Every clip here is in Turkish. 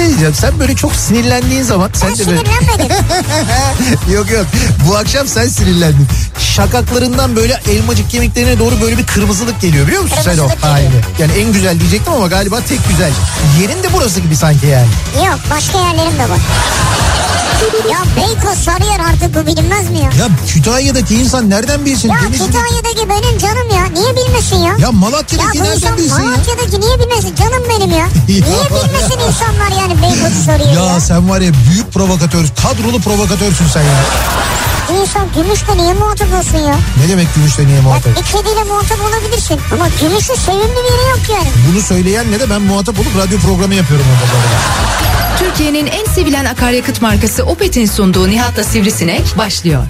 şey diyeceğim. Sen böyle çok sinirlendiğin zaman... Ben sinirlenmedim. Yok. Bu akşam sen sinirlendin. Şakaklarından böyle elmacık kemiklerine doğru böyle bir kırmızılık geliyor, biliyor musun sen o halini? Yani en güzel diyecektim ama galiba tek güzel. Yerin de burası gibi sanki yani. Yok, başka yerlerim de var. Ya Beykoz, Sarıyer, artık bu bilinmez mi ya? Ya Kütahya'daki insan nereden bilsin? Ya Kütahya'daki benim canım ya. Niye bilmesin ya? Ya Malatya'daki nereden bilsin ya? Malatya'daki niye bilmesin? Canım benim ya. Niye bilmesin insanlar yani Beykoz'u Sarıyer'i ya? Ya sen var ya büyük provokatör, kadrolu provokatörsün sen ya. İnsan Gümüş'te niye muhatap olsun ya? Ne demek Gümüş'te niye muhatap? Ya bir kediyle muhatap olabilirsin. Ama Gümüş'ün sevimli bir yeri yok yani. Bunu söyleyenle de ben muhatap olup radyo programı yapıyorum orada. Türkiye'nin en sevilen akaryakıt markası Opet'in sunduğu Nihat'la Sivrisinek başlıyor.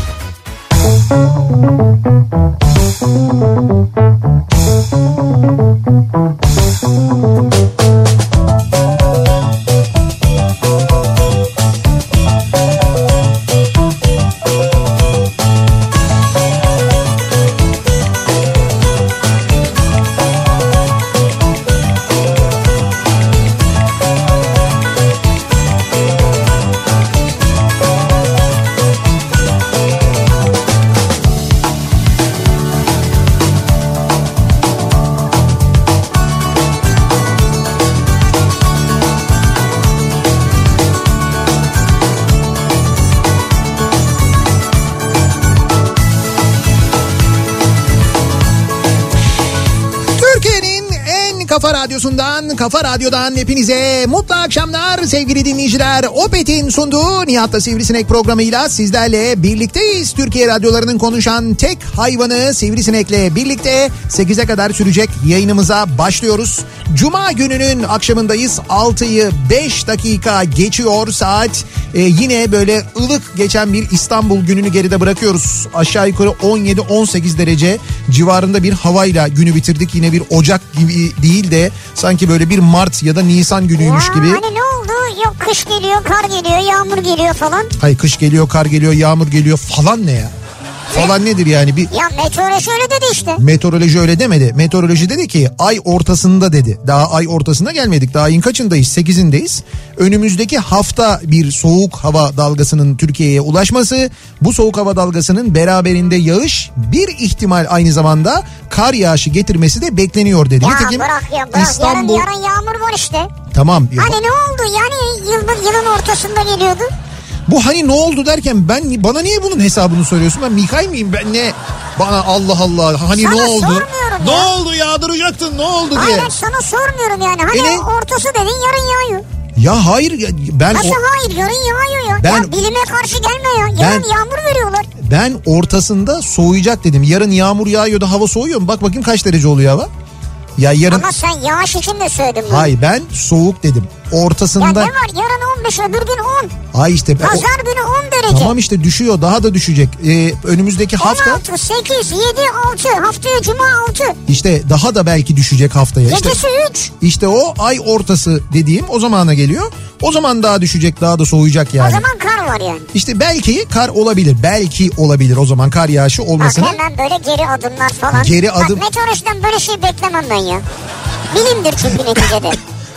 Kafa Radyo'dan hepinize mutlu akşamlar sevgili dinleyiciler. Opet'in sunduğu Nihat'la Sivrisinek programıyla sizlerle birlikteyiz. Türkiye radyolarının konuşan tek hayvanı Sivrisinek'le birlikte 8'e kadar sürecek yayınımıza başlıyoruz. Cuma gününün akşamındayız. 6'yı 5 dakika geçiyor saat. Yine böyle ılık geçen bir İstanbul gününü geride bırakıyoruz. Aşağı yukarı 17-18 derece civarında bir havayla günü bitirdik. Yine bir Ocak gibi değil de sanki böyle bir Mart ya da Nisan günüymüş gibi. Hani ne oldu? Yok kış geliyor, kar geliyor, yağmur geliyor falan. Hayır, kış geliyor, kar geliyor, yağmur geliyor falan ne ya? Falan nedir yani? Ya meteoroloji öyle dedi işte. Meteoroloji öyle demedi. Meteoroloji dedi ki ay ortasında dedi. Daha ay ortasına gelmedik. Daha ayın kaçındayız? 8'indeyiz. Önümüzdeki hafta bir soğuk hava dalgasının Türkiye'ye ulaşması, bu soğuk hava dalgasının beraberinde yağış, bir ihtimal aynı zamanda kar yağışı getirmesi de bekleniyor dedi. Ya Nitekim bırak ya bırak. İstanbul... Yarın yağmur var işte. Tamam. Hani ne oldu? Yani yılın ortasında geliyordu. Bu hani ne oldu derken bana niye bunun hesabını soruyorsun? Ben Mikay mıyım? Ben ne? Bana Allah Allah hani sana ne oldu? Sormuyorum ne ya. oldu yağdıracaktın ne oldu diye. Hayır sana sormuyorum yani. Hani ortası dedin, yarın yağıyor. Ya hayır ben... Nasıl hayır, yarın yağıyor ya. Ya bilime karşı gelme ya. Yarın yağmur veriyorlar. Ben ortasında soğuyacak dedim. Yarın yağmur yağıyor da hava soğuyor mu? Bak bakayım kaç derece oluyor hava? Ya yarın... Ama sen yağış için de söyledin bunu. Hayır, ben soğuk dedim. Ortasında... Ya ne var, yarın 15, öbür gün 10. Ay işte... Pazar günü 10 derece. Tamam işte düşüyor, daha da düşecek. Önümüzdeki hafta... 16, 8, 7, 6, haftaya cuma 6. İşte daha da belki düşecek haftaya. Gecesi 3. İşte o ay ortası dediğim o zamana geliyor. O zaman daha düşecek, daha da soğuyacak yani. O zaman kar var yani. İşte belki kar olabilir. Belki olabilir o zaman kar yağışı olmasını. Bak hemen böyle geri adımlar falan. Geri adım... Bak meteorolojiden böyle şey beklemem ben ya. Bilimdir çünkü neticede.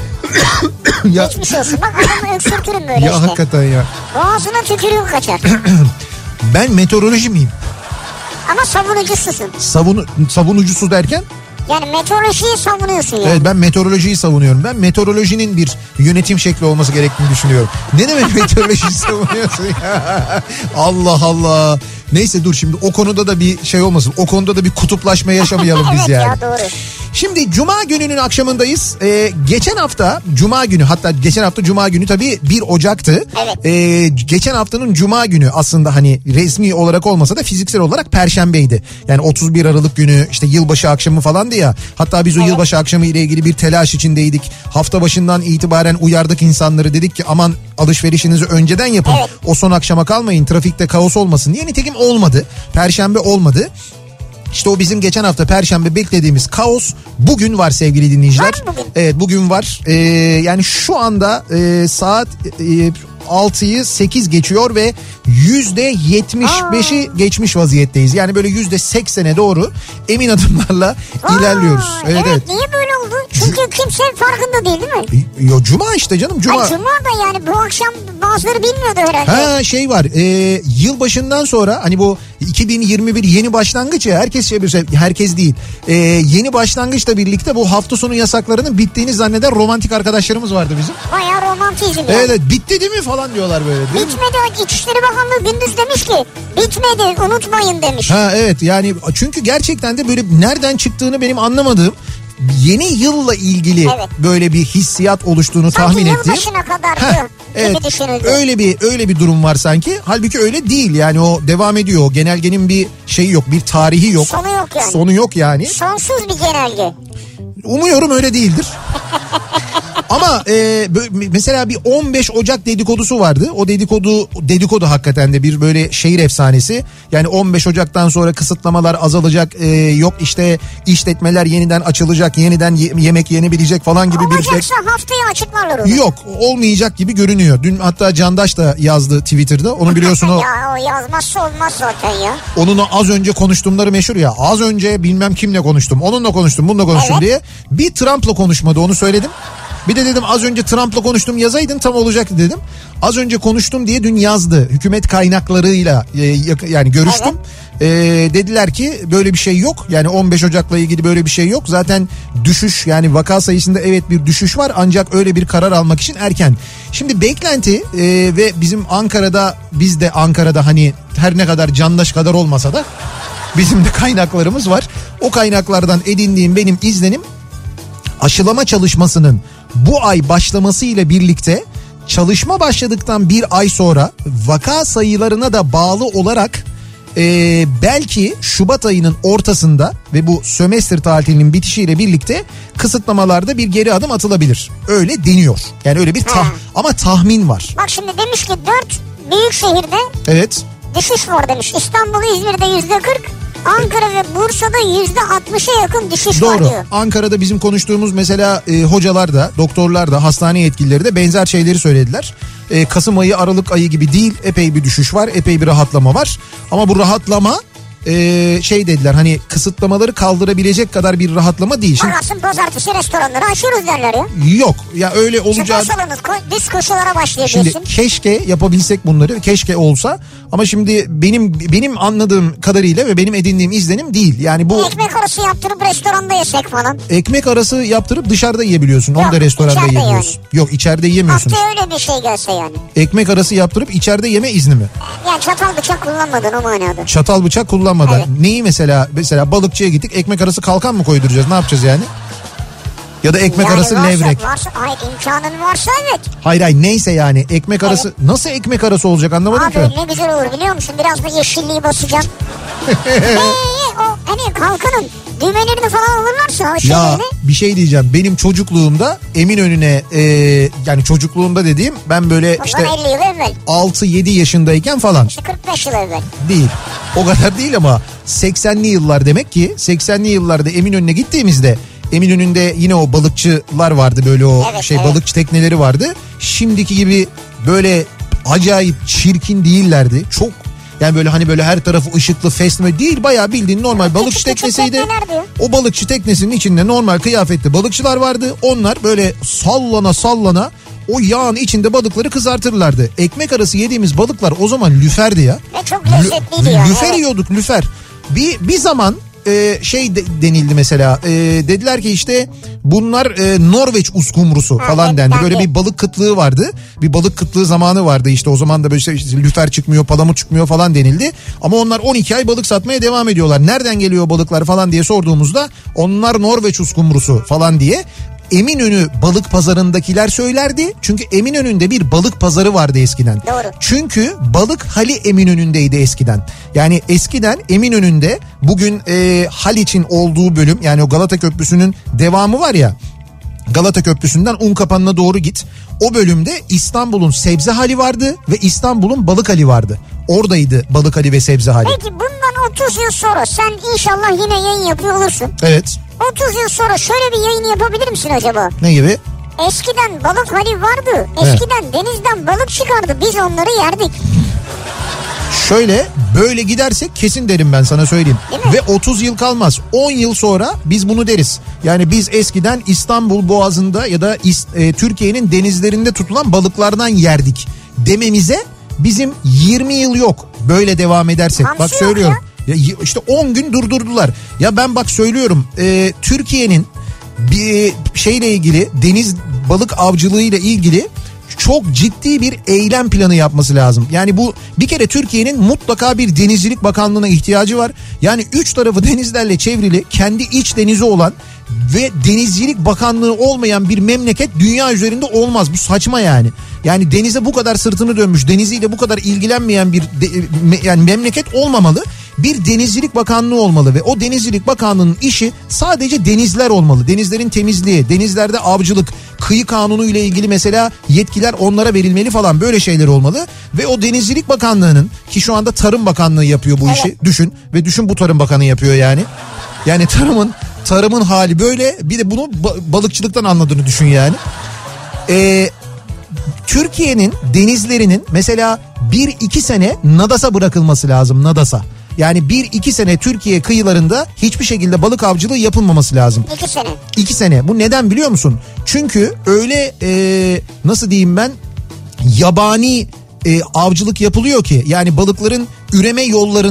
Ya... Geçmiş olsun. Bak adamı öksürtürüm böyle ya işte. Hakikaten ya. Boğazına tükürüğü kaçar. Ben meteoroloji miyim? Ama savunucususun. Savunucusu derken? Yani meteorolojiyi savunuyorsun yani. Evet, ben meteorolojiyi savunuyorum. Ben meteorolojinin bir yönetim şekli olması gerektiğini düşünüyorum. Ne demek meteorolojiyi savunuyorsun ya? Allah Allah. Neyse dur, şimdi o konuda da bir şey olmasın. O konuda da bir kutuplaşma yaşamayalım biz evet yani. Evet ya, doğru. Şimdi Cuma gününün akşamındayız. Geçen hafta Cuma günü, hatta geçen hafta Cuma günü tabii 1 Ocak'tı. Evet. Geçen haftanın Cuma günü aslında hani resmi olarak olmasa da fiziksel olarak Perşembeydi. Yani 31 Aralık günü işte yılbaşı akşamı falandı ya. Hatta biz o yılbaşı akşamı ile ilgili bir telaş içindeydik. Hafta başından itibaren uyardık insanları, dedik ki aman alışverişinizi önceden yapın. Evet. O son akşama kalmayın, trafikte kaos olmasın diye. Nitekim olmadı. Perşembe olmadı. İşte o bizim geçen hafta Perşembe beklediğimiz kaos bugün var sevgili dinleyiciler. Var bugün. Evet, bugün var. Yani şu anda saat 6'yı 8 geçiyor ve %75'i geçmiş vaziyetteyiz. Yani böyle %80'e doğru emin adımlarla ilerliyoruz. Evet, niye böyle oldu? Çünkü Çünkü kimse farkında değil mi? Yo, cuma işte canım, cuma. Ay, cuma da yani bu akşam bazıları bilmiyordu herhalde. Ha, şey var, yılbaşından sonra hani bu 2021 yeni başlangıç ya, herkes şey yapıyor, herkes değil. Yeni başlangıçla birlikte bu hafta sonu yasaklarının bittiğini zanneden romantik arkadaşlarımız vardı bizim. Bayağı romantizm yani. Evet, bitti değil mi falan diyorlar böyle. Bitmedi. İçişleri Bakanlığı gündüz demiş ki bitmedi, unutmayın demiş. Ha evet, yani çünkü gerçekten de böyle nereden çıktığını benim anlamadığım, yeni yılla ilgili böyle bir hissiyat oluştuğunu sanki tahmin ettiğim. Sanki yılbaşına kadar gibi düşünüldü. Öyle bir durum var sanki. Halbuki öyle değil yani, o devam ediyor. O genelgenin bir şeyi yok, bir tarihi yok. Sonu yok yani. Sonsuz bir genelge. Umuyorum öyle değildir. Ama mesela bir 15 Ocak dedikodusu vardı. O dedikodu hakikaten de bir böyle şehir efsanesi. Yani 15 Ocak'tan sonra kısıtlamalar azalacak. Yok işte işletmeler yeniden açılacak. Yeniden yemek yenebilecek falan gibi bir şey. Olacaksa haftaya açıklarlar onu. Yok, olmayacak gibi görünüyor. Dün hatta Candaş da yazdı Twitter'da. Onu biliyorsun o. Ya o yazmazsa olmaz zaten ya. Onun o az önce konuştumları meşhur ya. Az önce bilmem kimle konuştum. Onunla konuştum, bununla konuştum diye. Bir Trump'la konuşmadı, onu söyledim. Bir de dedim az önce Trump'la konuştum yazaydın tam olacaktı dedim. Az önce konuştum diye dün yazdı. Hükümet kaynaklarıyla yani görüştüm. Dediler ki böyle bir şey yok. Yani 15 Ocak'la ilgili böyle bir şey yok. Zaten düşüş, yani vaka sayısında evet bir düşüş var. Ancak öyle bir karar almak için erken. Şimdi beklenti ve bizim Ankara'da, biz de Ankara'da hani her ne kadar Candaş kadar olmasa da bizim de kaynaklarımız var. O kaynaklardan edindiğim benim izlenim, aşılama çalışmasının bu ay başlamasıyla birlikte çalışma başladıktan bir ay sonra vaka sayılarına da bağlı olarak belki Şubat ayının ortasında ve bu sömestr tatilinin bitişiyle birlikte kısıtlamalarda bir geri adım atılabilir. Öyle deniyor. Yani öyle bir ama tahmin var. Bak şimdi demiş ki 4 büyük şehirde düşüş var demiş. İstanbul, İzmir'de %40. Ankara ve Bursa'da %60'a yakın düşüş var diyor. Ankara'da bizim konuştuğumuz mesela hocalar da, doktorlar da, hastane yetkilileri de benzer şeyleri söylediler. Kasım ayı, Aralık ayı gibi değil, epey bir düşüş var, epey bir rahatlama var. Ama bu rahatlama şey dediler, hani kısıtlamaları kaldırabilecek kadar bir rahatlama değil. Bakarsın pazartesi restoranları açıyoruz derler ya. Yok ya, öyle olacağı. Düz koşulara başlayabilirsin. Şimdi keşke yapabilsek bunları, keşke olsa. Ama şimdi benim anladığım kadarıyla ve benim edindiğim izlenim değil. Yani bu ekmek arası yaptırıp restoranda yesek falan. Ekmek arası yaptırıp dışarıda yiyebiliyorsun. Onu da restoranda yiyebiliyorsun. Yani. Yok, içeride yiyemiyorsun. Haftaya öyle bir şey gelse yani. Ekmek arası yaptırıp içeride yeme izni mi? Yani çatal bıçak kullanmadın o manada. Çatal bıçak kullanmadan. Evet. Neyi mesela balıkçıya gittik, ekmek arası kalkan mı koyduracağız, ne yapacağız yani? Ya da ekmek arası levrek. Hayır, imkanın varsa evet. Hayır neyse yani ekmek arası nasıl ekmek arası olacak anlamadım ki. Abi ne güzel olur biliyor musun? Biraz da yeşilliği basacağım. O hani kalkanın düğmelerini falan alırlarsa o şeylerini. Ya bir şey diyeceğim, benim çocukluğumda Eminönü'ne yani çocukluğumda dediğim ben böyle bundan işte 50 yıl evvel. 6-7 yaşındayken falan. İşte 45 yıl evvel. Değil o kadar değil ama 80'li yıllar demek ki 80'li yıllarda Eminönü'ne gittiğimizde Eminönü'nde yine o balıkçılar vardı, böyle o balıkçı tekneleri vardı. Şimdiki gibi böyle acayip çirkin değillerdi. Çok yani böyle hani böyle her tarafı ışıklı fesme değil, bayağı bildiğin normal balıkçı teknesiydi. O balıkçı teknesinin içinde normal kıyafetli balıkçılar vardı. Onlar böyle sallana o yağın içinde balıkları kızartırlardı. Ekmek arası yediğimiz balıklar o zaman lüferdi ya. Ve çok lezzetliydi yani. Lüfer yiyorduk, lüfer. Bir zaman denildi mesela, dediler ki işte bunlar Norveç uskumrusu falan dendi. Böyle bir balık kıtlığı vardı. Bir balık kıtlığı zamanı vardı işte, o zaman da böyle işte lüfer çıkmıyor, palamut çıkmıyor falan denildi. Ama onlar 12 ay balık satmaya devam ediyorlar. Nereden geliyor balıklar falan diye sorduğumuzda onlar Norveç uskumrusu falan diye Eminönü balık pazarındakiler söylerdi. Çünkü Eminönü'nde bir balık pazarı vardı eskiden. Doğru. Çünkü balık hali Eminönü'ndeydi eskiden. Yani eskiden Eminönü'nde bugün Haliç'in olduğu bölüm, yani o Galata Köprüsü'nün devamı var ya. Galata Köprüsü'nden Unkapanı'na doğru git. O bölümde İstanbul'un sebze hali vardı ve İstanbul'un balık hali vardı. Oradaydı balık hali ve sebze hali. Peki bundan 30 yıl sonra sen inşallah yine yayın yapıyor olursun. Evet. 30 yıl sonra şöyle bir yayın yapabilir misin acaba? Ne gibi? Eskiden balık hali vardı. Eskiden denizden balık çıkardı. Biz onları yerdik. Şöyle böyle gidersek kesin derim ben sana söyleyeyim. Ve 30 yıl kalmaz. 10 yıl sonra biz bunu deriz. Yani biz eskiden İstanbul Boğazı'nda ya da Türkiye'nin denizlerinde tutulan balıklardan yerdik dememize bizim 20 yıl yok. Böyle devam edersek. Hamsi bak söylüyorum. Ya işte 10 gün durdurdular. Ya ben bak söylüyorum Türkiye'nin bir şeyle ilgili, deniz balık avcılığı ile ilgili çok ciddi bir eylem planı yapması lazım. Yani bu bir kere Türkiye'nin mutlaka bir Denizcilik Bakanlığı'na ihtiyacı var. Yani 3 tarafı denizlerle çevrili, kendi iç denizi olan ve Denizcilik Bakanlığı olmayan bir memleket dünya üzerinde olmaz. Bu saçma yani. Yani denize bu kadar sırtını dönmüş, deniziyle bu kadar ilgilenmeyen bir yani memleket olmamalı. Bir Denizcilik Bakanlığı olmalı ve o Denizcilik Bakanlığı'nın işi sadece denizler olmalı. Denizlerin temizliği, denizlerde avcılık, kıyı kanunu ile ilgili mesela yetkiler onlara verilmeli falan, böyle şeyler olmalı. Ve o Denizcilik Bakanlığı'nın, ki şu anda Tarım Bakanlığı yapıyor bu işi, düşün ve düşün bu Tarım Bakanı yapıyor yani. Yani tarımın hali böyle, bir de bunu balıkçılıktan anladığını düşün yani. Türkiye'nin denizlerinin mesela 1-2 sene NADAS'a bırakılması lazım, NADAS'a. Yani 1-2 sene Türkiye kıyılarında hiçbir şekilde balık avcılığı yapılmaması lazım. 2 sene. 2 sene. Bu neden biliyor musun? Çünkü öyle nasıl diyeyim ben, yabani avcılık yapılıyor ki, yani balıkların üreme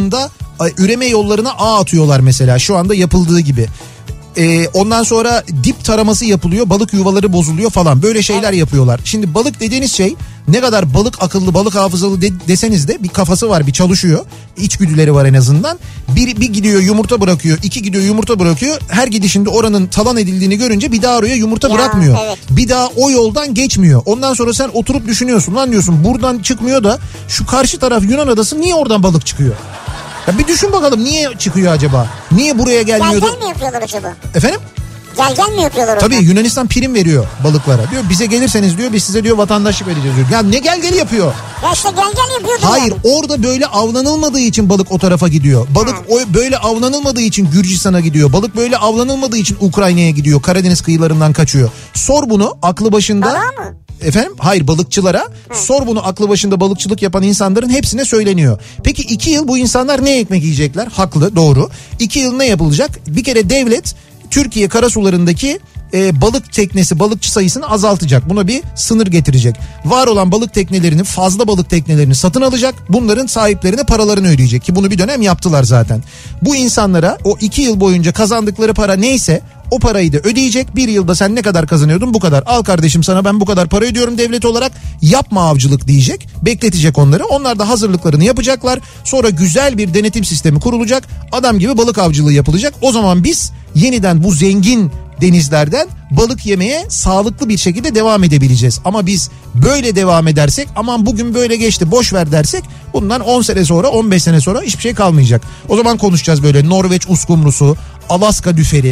yollarına ağ atıyorlar mesela, şu anda yapıldığı gibi. Ondan sonra dip taraması yapılıyor, balık yuvaları bozuluyor falan, böyle şeyler yapıyorlar. Şimdi balık dediğiniz şey, ne kadar balık akıllı, balık hafızalı deseniz de bir kafası var, bir çalışıyor. İçgüdüleri var en azından. Bir gidiyor yumurta bırakıyor, 2 gidiyor yumurta bırakıyor. Her gidişinde oranın talan edildiğini görünce bir daha oraya yumurta bırakmıyor. Evet. Bir daha o yoldan geçmiyor. Ondan sonra sen oturup düşünüyorsun, lan diyorsun buradan çıkmıyor da şu karşı taraf Yunan adası, niye oradan balık çıkıyor? Ya bir düşün bakalım, niye çıkıyor acaba? Niye buraya gelmiyordu? Gel mi yapıyorlar acaba? Efendim? Gel mi yapıyorlar orada? Tabii Yunanistan prim veriyor balıklara. Diyor bize gelirseniz diyor biz size diyor vatandaşlık vereceğiz diyor. Ya ne gel yapıyor? Ya işte gel yapıyordu. Hayır yani. Orada böyle avlanılmadığı için balık o tarafa gidiyor. Balık böyle avlanılmadığı için Gürcistan'a gidiyor. Balık böyle avlanılmadığı için Ukrayna'ya gidiyor. Karadeniz kıyılarından kaçıyor. Sor bunu aklı başında. Balığa mı? Efendim? Hayır, balıkçılara. Sor bunu aklı başında balıkçılık yapan insanların hepsine söyleniyor. Peki 2 yıl bu insanlar ne ekmek yiyecekler? Haklı, doğru. 2 yıl ne yapılacak? Bir kere devlet Türkiye karasularındaki balık teknesi, balıkçı sayısını azaltacak. Buna bir sınır getirecek. Var olan balık teknelerini, fazla balık teknelerini satın alacak. Bunların sahiplerine paralarını ödeyecek ki bunu bir dönem yaptılar zaten. Bu insanlara o 2 yıl boyunca kazandıkları para neyse o parayı da ödeyecek. 1 yılda sen ne kadar kazanıyordun, bu kadar. Al kardeşim sana ben bu kadar para ödüyorum devlet olarak. Yapma avcılık diyecek. Bekletecek onları. Onlar da hazırlıklarını yapacaklar. Sonra güzel bir denetim sistemi kurulacak. Adam gibi balık avcılığı yapılacak. O zaman biz yeniden bu zengin denizlerden balık yemeye sağlıklı bir şekilde devam edebileceğiz. Ama biz böyle devam edersek, aman bugün böyle geçti boş ver dersek, bundan 10 sene sonra 15 sene sonra hiçbir şey kalmayacak. O zaman konuşacağız böyle Norveç uskumrusu, Alaska lüferi.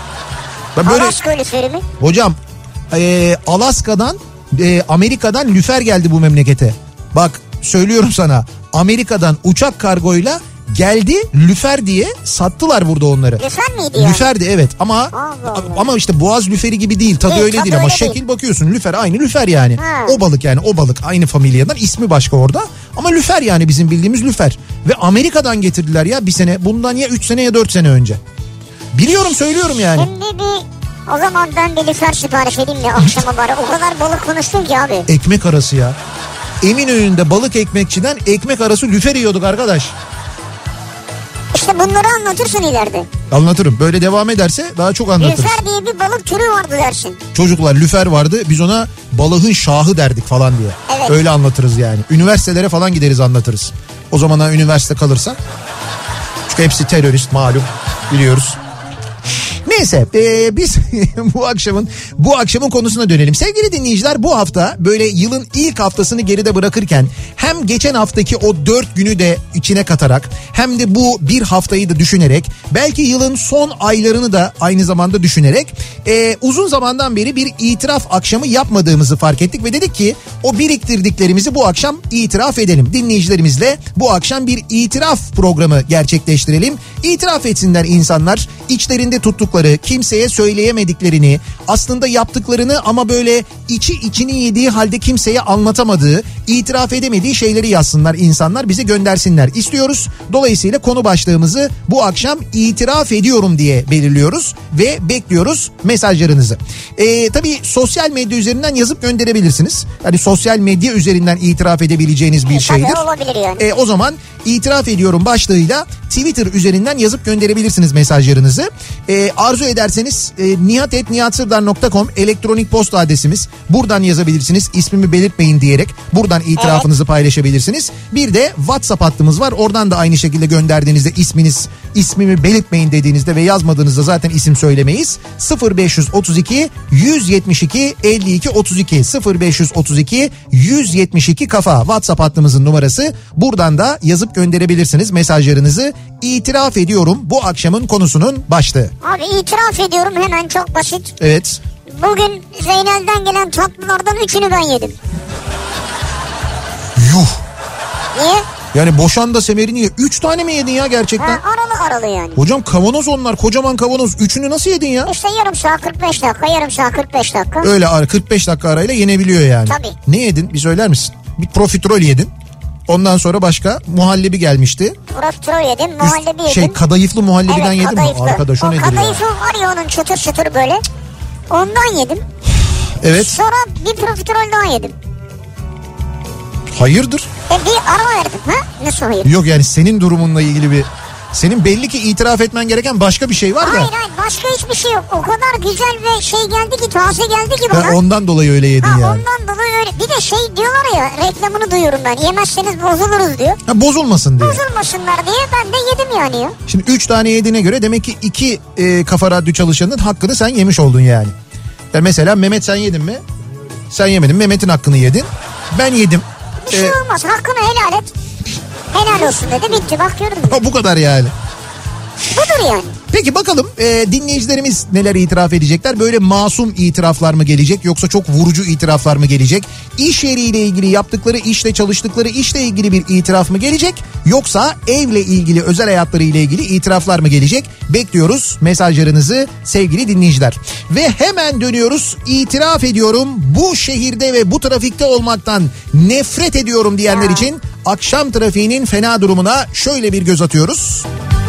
Böyle, Alaska lüferi mi? Hocam Alaska'dan Amerika'dan lüfer geldi bu memlekete. Bak söylüyorum sana, Amerika'dan uçak kargoyla geldi, lüfer diye sattılar burada onları. Lüfer miydi yani? Lüferdi evet ama ama işte boğaz lüferi gibi değil, tadı öyle değil ama şekil değil. Bakıyorsun lüfer aynı lüfer yani. O balık yani, o balık aynı familyadan, ismi başka orada ama lüfer yani, bizim bildiğimiz lüfer. Ve Amerika'dan getirdiler ya bir sene, bundan ya 3 sene ya 4 sene önce. Biliyorum, söylüyorum yani. Şimdi o zaman ben bir lüfer sipariş edeyim de akşama bari. O kadar balık konuştun ki abi. Ekmek arası ya. Eminönü'nde balık ekmekçiden ekmek arası lüfer yiyorduk arkadaş. İşte bunları anlatırsın ileride. Anlatırım. Böyle devam ederse daha çok anlatırız. Lüfer diye bir balık türü vardı dersin. Çocuklar lüfer vardı, biz ona balığın şahı derdik falan diye. Evet. Öyle anlatırız yani. Üniversitelere falan gideriz anlatırız. O zamanlar üniversite kalırsa. Çünkü hepsi terörist malum, biliyoruz. Neyse biz bu akşamın konusuna dönelim. Sevgili dinleyiciler, bu hafta böyle yılın ilk haftasını geride bırakırken hem geçen haftaki o 4 günü de içine katarak hem de bu bir haftayı da düşünerek, belki yılın son aylarını da aynı zamanda düşünerek uzun zamandan beri bir itiraf akşamı yapmadığımızı fark ettik ve dedik ki o biriktirdiklerimizi bu akşam itiraf edelim. Dinleyicilerimizle bu akşam bir itiraf programı gerçekleştirelim. İtiraf etsinler insanlar içlerinde tuttukları, kimseye söyleyemediklerini, aslında yaptıklarını ama böyle içini yediği halde kimseye anlatamadığı, İtiraf edemediği şeyleri yazsınlar insanlar, bize göndersinler istiyoruz. Dolayısıyla konu başlığımızı bu akşam itiraf ediyorum diye belirliyoruz ve bekliyoruz mesajlarınızı. Tabii sosyal medya üzerinden yazıp gönderebilirsiniz. Yani sosyal medya üzerinden itiraf edebileceğiniz bir şeydir. Tabii olabilir yani. O zaman itiraf ediyorum başlığıyla Twitter üzerinden yazıp gönderebilirsiniz mesajlarınızı. Arzu ederseniz nihat@nihatsırdar.com elektronik posta adresimiz. Buradan yazabilirsiniz. İsmimi belirtmeyin diyerek buradan itirafınızı paylaşabilirsiniz. Bir de WhatsApp hattımız var. Oradan da aynı şekilde gönderdiğinizde ismimi belirtmeyin dediğinizde ve yazmadığınızda zaten isim söylemeyiz. 0532 172 52 32 0532 172 kafa WhatsApp hattımızın numarası. Buradan da yazıp gönderebilirsiniz mesajlarınızı. İtiraf ediyorum bu akşamın konusunun başlığı. Abi itiraf ediyorum, hemen çok basit. Evet. Bugün Zeynel'den gelen tatlılardan 3'ünü ben yedim. Yuh. Niye? Yani boşan da semerini ye. 3 tane mi yedin ya gerçekten? Aralı yani. Hocam kavanoz onlar, kocaman kavanoz. 3'ünü nasıl yedin ya? İşte yarım saat 45 dakika, yarım saat 45 dakika. Öyle 45 dakika arayla yenebiliyor yani. Tabii. Ne yedin bir söyler misin? Bir profiterol yedin. Ondan sonra başka muhallebi gelmişti. Profiterol yedim, muhallebi yedim. Kadayıflı muhallebiden yedin mi? Arkadaş o nedir ya? Kadayıflı var ya onun çıtır çıtır böyle. Ondan yedim. Evet. Sonra bir profiterol daha yedim. Hayırdır? Bir ara verdim ha? Nasıl hayır? Yok yani senin durumunla ilgili bir... Senin belli ki itiraf etmen gereken başka bir şey var da. Hayır başka hiçbir şey yok. O kadar güzel ve şey geldi ki, taze geldi ki bana. Ondan dolayı öyle yedin yani. Ondan dolayı öyle. Bir de şey diyorlar ya, reklamını duyuyorum ben. Yemezseniz bozuluruz diyor. Bozulmasın diye. Bozulmasınlar diye ben de yedim yani ya. Şimdi 3 tane yediğine göre demek ki 2 Kafa Radyo çalışanının hakkını sen yemiş oldun yani. Mesela Mehmet sen yedin mi? Sen yemedin. Mehmet'in hakkını yedin. Ben yedim. Bir şey olmaz, hakkını helal et. Helal olsun dedi, bitti, bak gördün mü? Bu kadar yani. Budur yani. Peki bakalım dinleyicilerimiz neler itiraf edecekler? Böyle masum itiraflar mı gelecek yoksa çok vurucu itiraflar mı gelecek? İş yeriyle ilgili, yaptıkları işle, çalıştıkları işle ilgili bir itiraf mı gelecek? Yoksa evle ilgili, özel hayatları ile ilgili itiraflar mı gelecek? Bekliyoruz mesajlarınızı sevgili dinleyiciler. Ve hemen dönüyoruz. İtiraf ediyorum, bu şehirde ve bu trafikte olmaktan nefret ediyorum diyenler için akşam trafiğinin fena durumuna şöyle bir göz atıyoruz.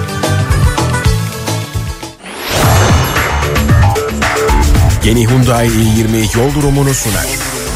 Yeni Hyundai i20 yol durumunu sunar.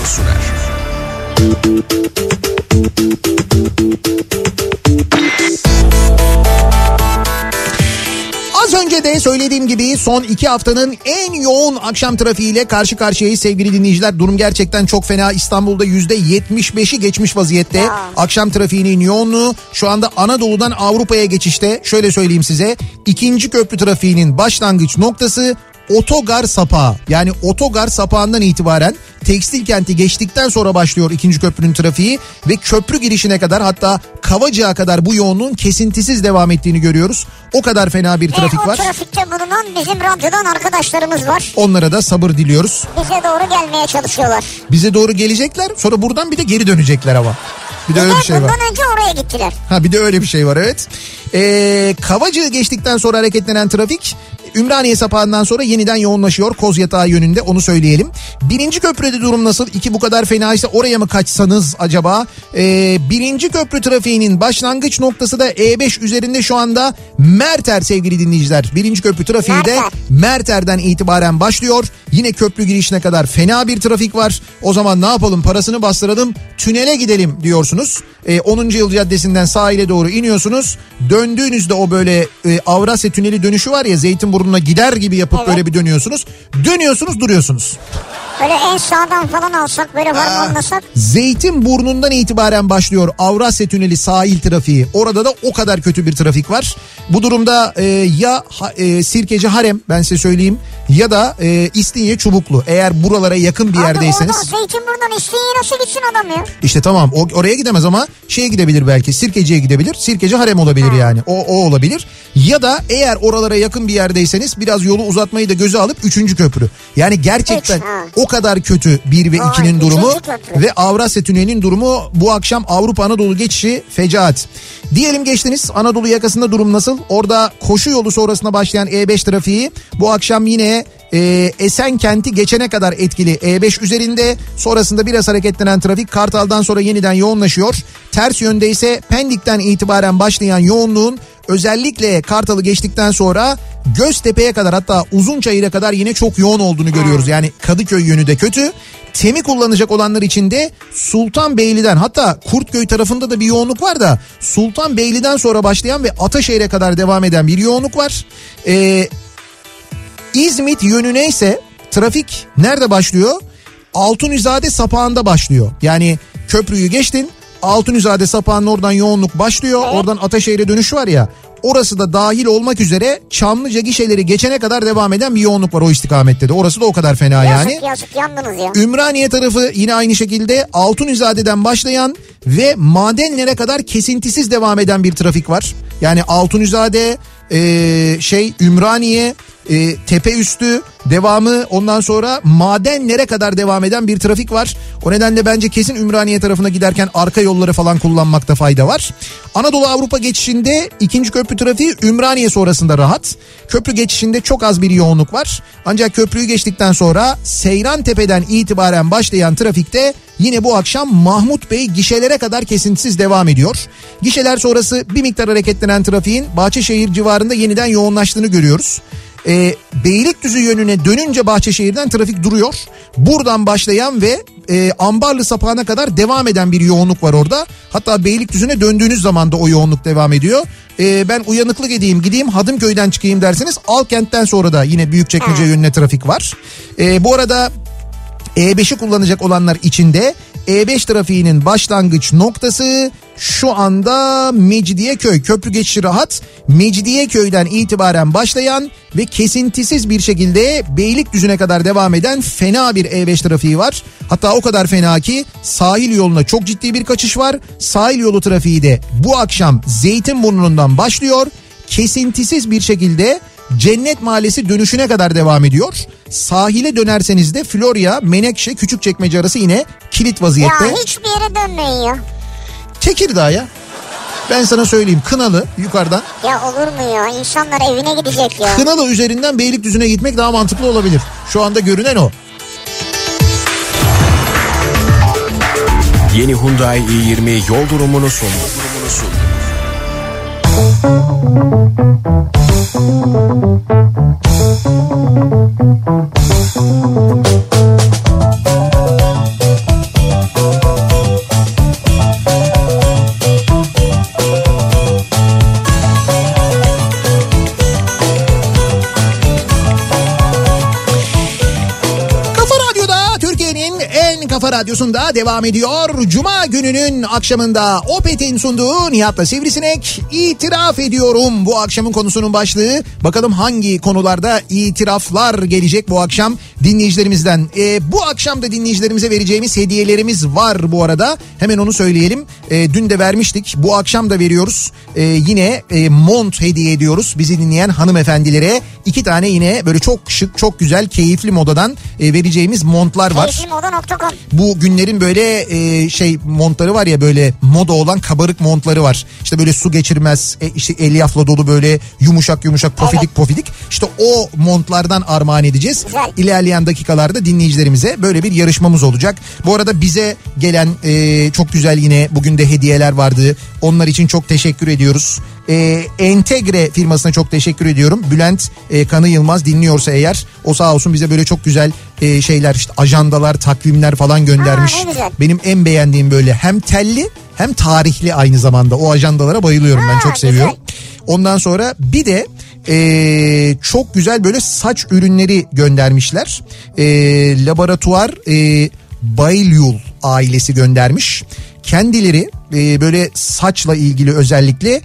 Az önce de söylediğim gibi son 2 haftanın en yoğun akşam trafiğiyle karşı karşıyayız sevgili dinleyiciler. Durum gerçekten çok fena. İstanbul'da %75'i geçmiş vaziyette. Akşam trafiğinin yoğunluğu şu anda Anadolu'dan Avrupa'ya geçişte. Şöyle söyleyeyim size. 2. köprü trafiğinin başlangıç noktası Otogar Sapağı, yani otogar sapağından itibaren Tekstil Kenti geçtikten sonra başlıyor 2. köprünün trafiği ve köprü girişine kadar, hatta Kavacık'a kadar bu yoğunluğun kesintisiz devam ettiğini görüyoruz. O kadar fena bir trafik var. O trafikte bulunan bizim radyodan arkadaşlarımız var. Onlara da sabır diliyoruz. Bize doğru gelmeye çalışıyorlar. Bize doğru gelecekler, sonra buradan bir de geri dönecekler ama. Bir de öyle bir şey var. Bundan önce oraya gittiler. Bir de öyle bir şey var, evet. Kavacık'ı geçtikten sonra hareketlenen trafik Ümraniye sapağından sonra yeniden yoğunlaşıyor Kozyatağı yönünde, onu söyleyelim. 1. köprüde durum nasıl? Bu kadar fenaysa oraya mı kaçsanız acaba? 1. köprü trafiğinin başlangıç noktası da E5 üzerinde şu anda Merter sevgili dinleyiciler. 1. köprü trafiği de Merter'den itibaren başlıyor. Yine köprü girişine kadar fena bir trafik var. O zaman ne yapalım, parasını bastıralım, tünele gidelim diyorsunuz. 10. Yıl Caddesi'nden sahile doğru iniyorsunuz. Döndüğünüzde o böyle Avrasya Tüneli dönüşü var ya, Zeytinburnu'na gider gibi yapıp böyle bir dönüyorsunuz. Dönüyorsunuz, duruyorsunuz. Böyle en sağdan falan alsak, böyle harmanlasak. Zeytinburnu'ndan itibaren başlıyor Avrasya Tüneli sahil trafiği. Orada da o kadar kötü bir trafik var. Bu durumda ya Sirkeci Harem, ben size söyleyeyim, ya da İstinye Çubuklu. Eğer buralara yakın bir yerdeyseniz. Abi oradan Zeytinburnu'dan İstinye'ye nasıl gitsin adam ya? İşte tamam, oraya gidemez ama şeye gidebilir belki, Sirkeci'ye gidebilir. Sirkeci Harem olabilir yani. O olabilir. Ya da eğer oralara yakın bir yerdeyseniz biraz yolu uzatmayı da göze alıp 3. köprü. Yani gerçekten o kadar kötü 1 ve 2'nin durumu ve Avrasya Tüneli'nin durumu. Bu akşam Avrupa Anadolu geçişi fecaat. Diyelim geçtiniz, Anadolu yakasında durum nasıl? Orada koşu yolu sonrasında başlayan E5 trafiği bu akşam yine Esenkent'i geçene kadar etkili E5 üzerinde. Sonrasında biraz hareketlenen trafik Kartal'dan sonra yeniden yoğunlaşıyor. Ters yönde ise Pendik'ten itibaren başlayan yoğunluğun özellikle Kartal'ı geçtikten sonra Göztepe'ye kadar, hatta Uzunçayır'a kadar yine çok yoğun olduğunu görüyoruz. Yani Kadıköy yönü de kötü. TEM'i kullanacak olanlar için de Sultanbeyli'den, hatta Kurtköy tarafında da bir yoğunluk var da Sultanbeyli'den sonra başlayan ve Ataşehir'e kadar devam eden bir yoğunluk var. İzmit yönüne ise trafik nerede başlıyor? Altunizade sapağında başlıyor. Yani köprüyü geçtin, Altunizade sapağının oradan yoğunluk başlıyor. Evet. Oradan Ataşehir'e dönüş var ya, orası da dahil olmak üzere Çamlıca gişeleri geçene kadar devam eden bir yoğunluk var o istikamette de. Orası da o kadar fena yani. Yazık yandınız ya. Ümraniye tarafı yine aynı şekilde Altunizade'den başlayan ve Madenler'e kadar kesintisiz devam eden bir trafik var. Yani Altunizade, Ümraniye, Tepeüstü devamı, ondan sonra Madenler'e kadar devam eden bir trafik var. O nedenle bence kesin Ümraniye tarafına giderken arka yolları falan kullanmakta fayda var. Anadolu Avrupa geçişinde ikinci köprü trafiği Ümraniye sonrasında rahat. Köprü geçişinde çok az bir yoğunluk var. Ancak köprüyü geçtikten sonra Seyrantepe'den itibaren başlayan trafikte yine bu akşam Mahmut Bey gişelere kadar kesintisiz devam ediyor. Gişeler sonrası bir miktar hareketlenen trafiğin Bahçeşehir civarında yeniden yoğunlaştığını görüyoruz. Beylikdüzü yönüne dönünce Bahçeşehir'den trafik duruyor. Buradan başlayan ve Ambarlı sapağına kadar devam eden bir yoğunluk var orada. Hatta Beylikdüzü'ne döndüğünüz zaman da o yoğunluk devam ediyor. Ben uyanıklık gideyim Hadımköy'den çıkayım derseniz Alkent'ten sonra da yine Büyükçekmece yönüne trafik var. Bu arada E5'i kullanacak olanlar için de E5 trafiğinin başlangıç noktası şu anda Mecidiyeköy. Köprü geçişi rahat. Mecidiyeköy'den itibaren başlayan ve kesintisiz bir şekilde Beylikdüzü'ne kadar devam eden fena bir E5 trafiği var. Hatta o kadar fena ki sahil yoluna çok ciddi bir kaçış var. Sahil yolu trafiği de bu akşam Zeytinburnu'ndan başlıyor. Kesintisiz bir şekilde Cennet Mahallesi dönüşüne kadar devam ediyor. Sahile dönerseniz de Florya, Menekşe, Küçükçekmece arası yine kilit vaziyette. Ya hiçbir yere dönmeyin ya. Tekirdağ ya. Ben sana söyleyeyim, Kınalı yukarıdan. Ya olur mu ya? İnsanlar evine gidecek ya. Kınalı üzerinden Beylikdüzü'ne gitmek daha mantıklı olabilir. Şu anda görünen o. Yeni Hyundai i20 yol durumunu sundu. Kafa Radyosu'nda devam ediyor. Cuma gününün akşamında Opet'in sunduğu Nihat'la Sivrisinek, itiraf ediyorum bu akşamın konusunun başlığı. Bakalım hangi konularda itiraflar gelecek bu akşam dinleyicilerimizden. Bu akşam da dinleyicilerimize vereceğimiz hediyelerimiz var bu arada. Hemen onu söyleyelim. Dün de vermiştik. Bu akşam da veriyoruz. Yine mont hediye ediyoruz bizi dinleyen hanımefendilere. 2 tane yine böyle çok şık, çok güzel, keyifli modadan vereceğimiz montlar var. Keyiflimoda.com. Bu günlerin böyle montları var ya, böyle moda olan kabarık montları var. İşte böyle su geçirmez, işte elyafla dolu, böyle yumuşak yumuşak, pofidik pofidik. İşte o montlardan armağan edeceğiz. Güzel. İlerleyen dakikalarda dinleyicilerimize böyle bir yarışmamız olacak. Bu arada bize gelen çok güzel yine bugün de hediyeler vardı. Onlar için çok teşekkür ediyoruz. Entegre firmasına çok teşekkür ediyorum. Bülent Kanı Yılmaz dinliyorsa eğer, o sağ olsun bize böyle çok güzel şeyler, işte ajandalar, takvimler falan göndermiş. Benim en beğendiğim böyle hem telli hem tarihli aynı zamanda. O ajandalara bayılıyorum, ben çok seviyorum. Güzel. Ondan sonra bir de çok güzel böyle saç ürünleri göndermişler. Laboratuvar Baylyul ailesi göndermiş. Kendileri böyle saçla ilgili özellikle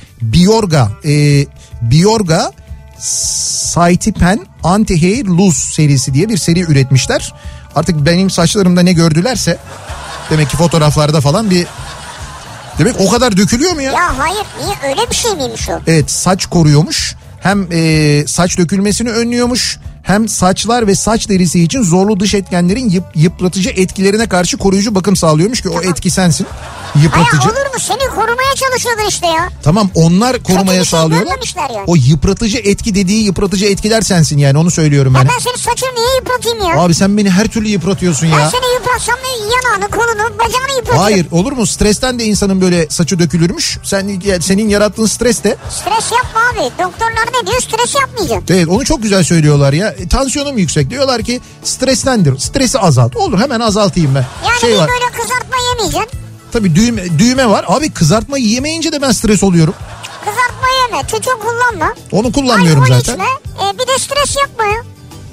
Biorga Saitipen Anti-Hair Loose serisi diye bir seri üretmişler. Artık benim saçlarımda ne gördülerse, demek ki fotoğraflarda falan demek o kadar dökülüyor mu ya? Ya hayır, niye, öyle bir şey miymiş o? Evet, saç koruyormuş. Hem saç dökülmesini önlüyormuş, hem saçlar ve saç derisi için zorlu dış etkenlerin yıpratıcı etkilerine karşı koruyucu bakım sağlıyormuş ki o etki sensin. Yıpratıcı. Hayır, olur mu? Seni korumaya çalışıyorlar işte ya. Tamam, onlar korumaya sağlıyorlar. Yani. O yıpratıcı etki dediği yıpratıcı etkiler sensin yani, onu söylüyorum ben. Ben senin saçını niye yıpratayım ya? Abi sen beni her türlü yıpratıyorsun ya. Ben seni yıpratsam yanağını, kolunu, bacağını yıpratıyorum. Hayır, olur mu? Stresten de insanın böyle saçı dökülürmüş. Senin yarattığın stres de. Stres yapma abi. Doktorlar ne diyor? Stres yapmayacaksın. Evet, onu çok güzel söylüyorlar ya. Tansiyonum yüksek. Diyorlar ki streslendir. Stresi azalt. Olur, hemen azaltayım ben. Yani var. Böyle kızartma yemeyeceksin. Tabii düğme var. Abi kızartmayı yemeyince de ben stres oluyorum. Kızartma yeme. Tütün kullanma. Onu kullanmıyorum zaten. Içme. Bir de stres yapma ya.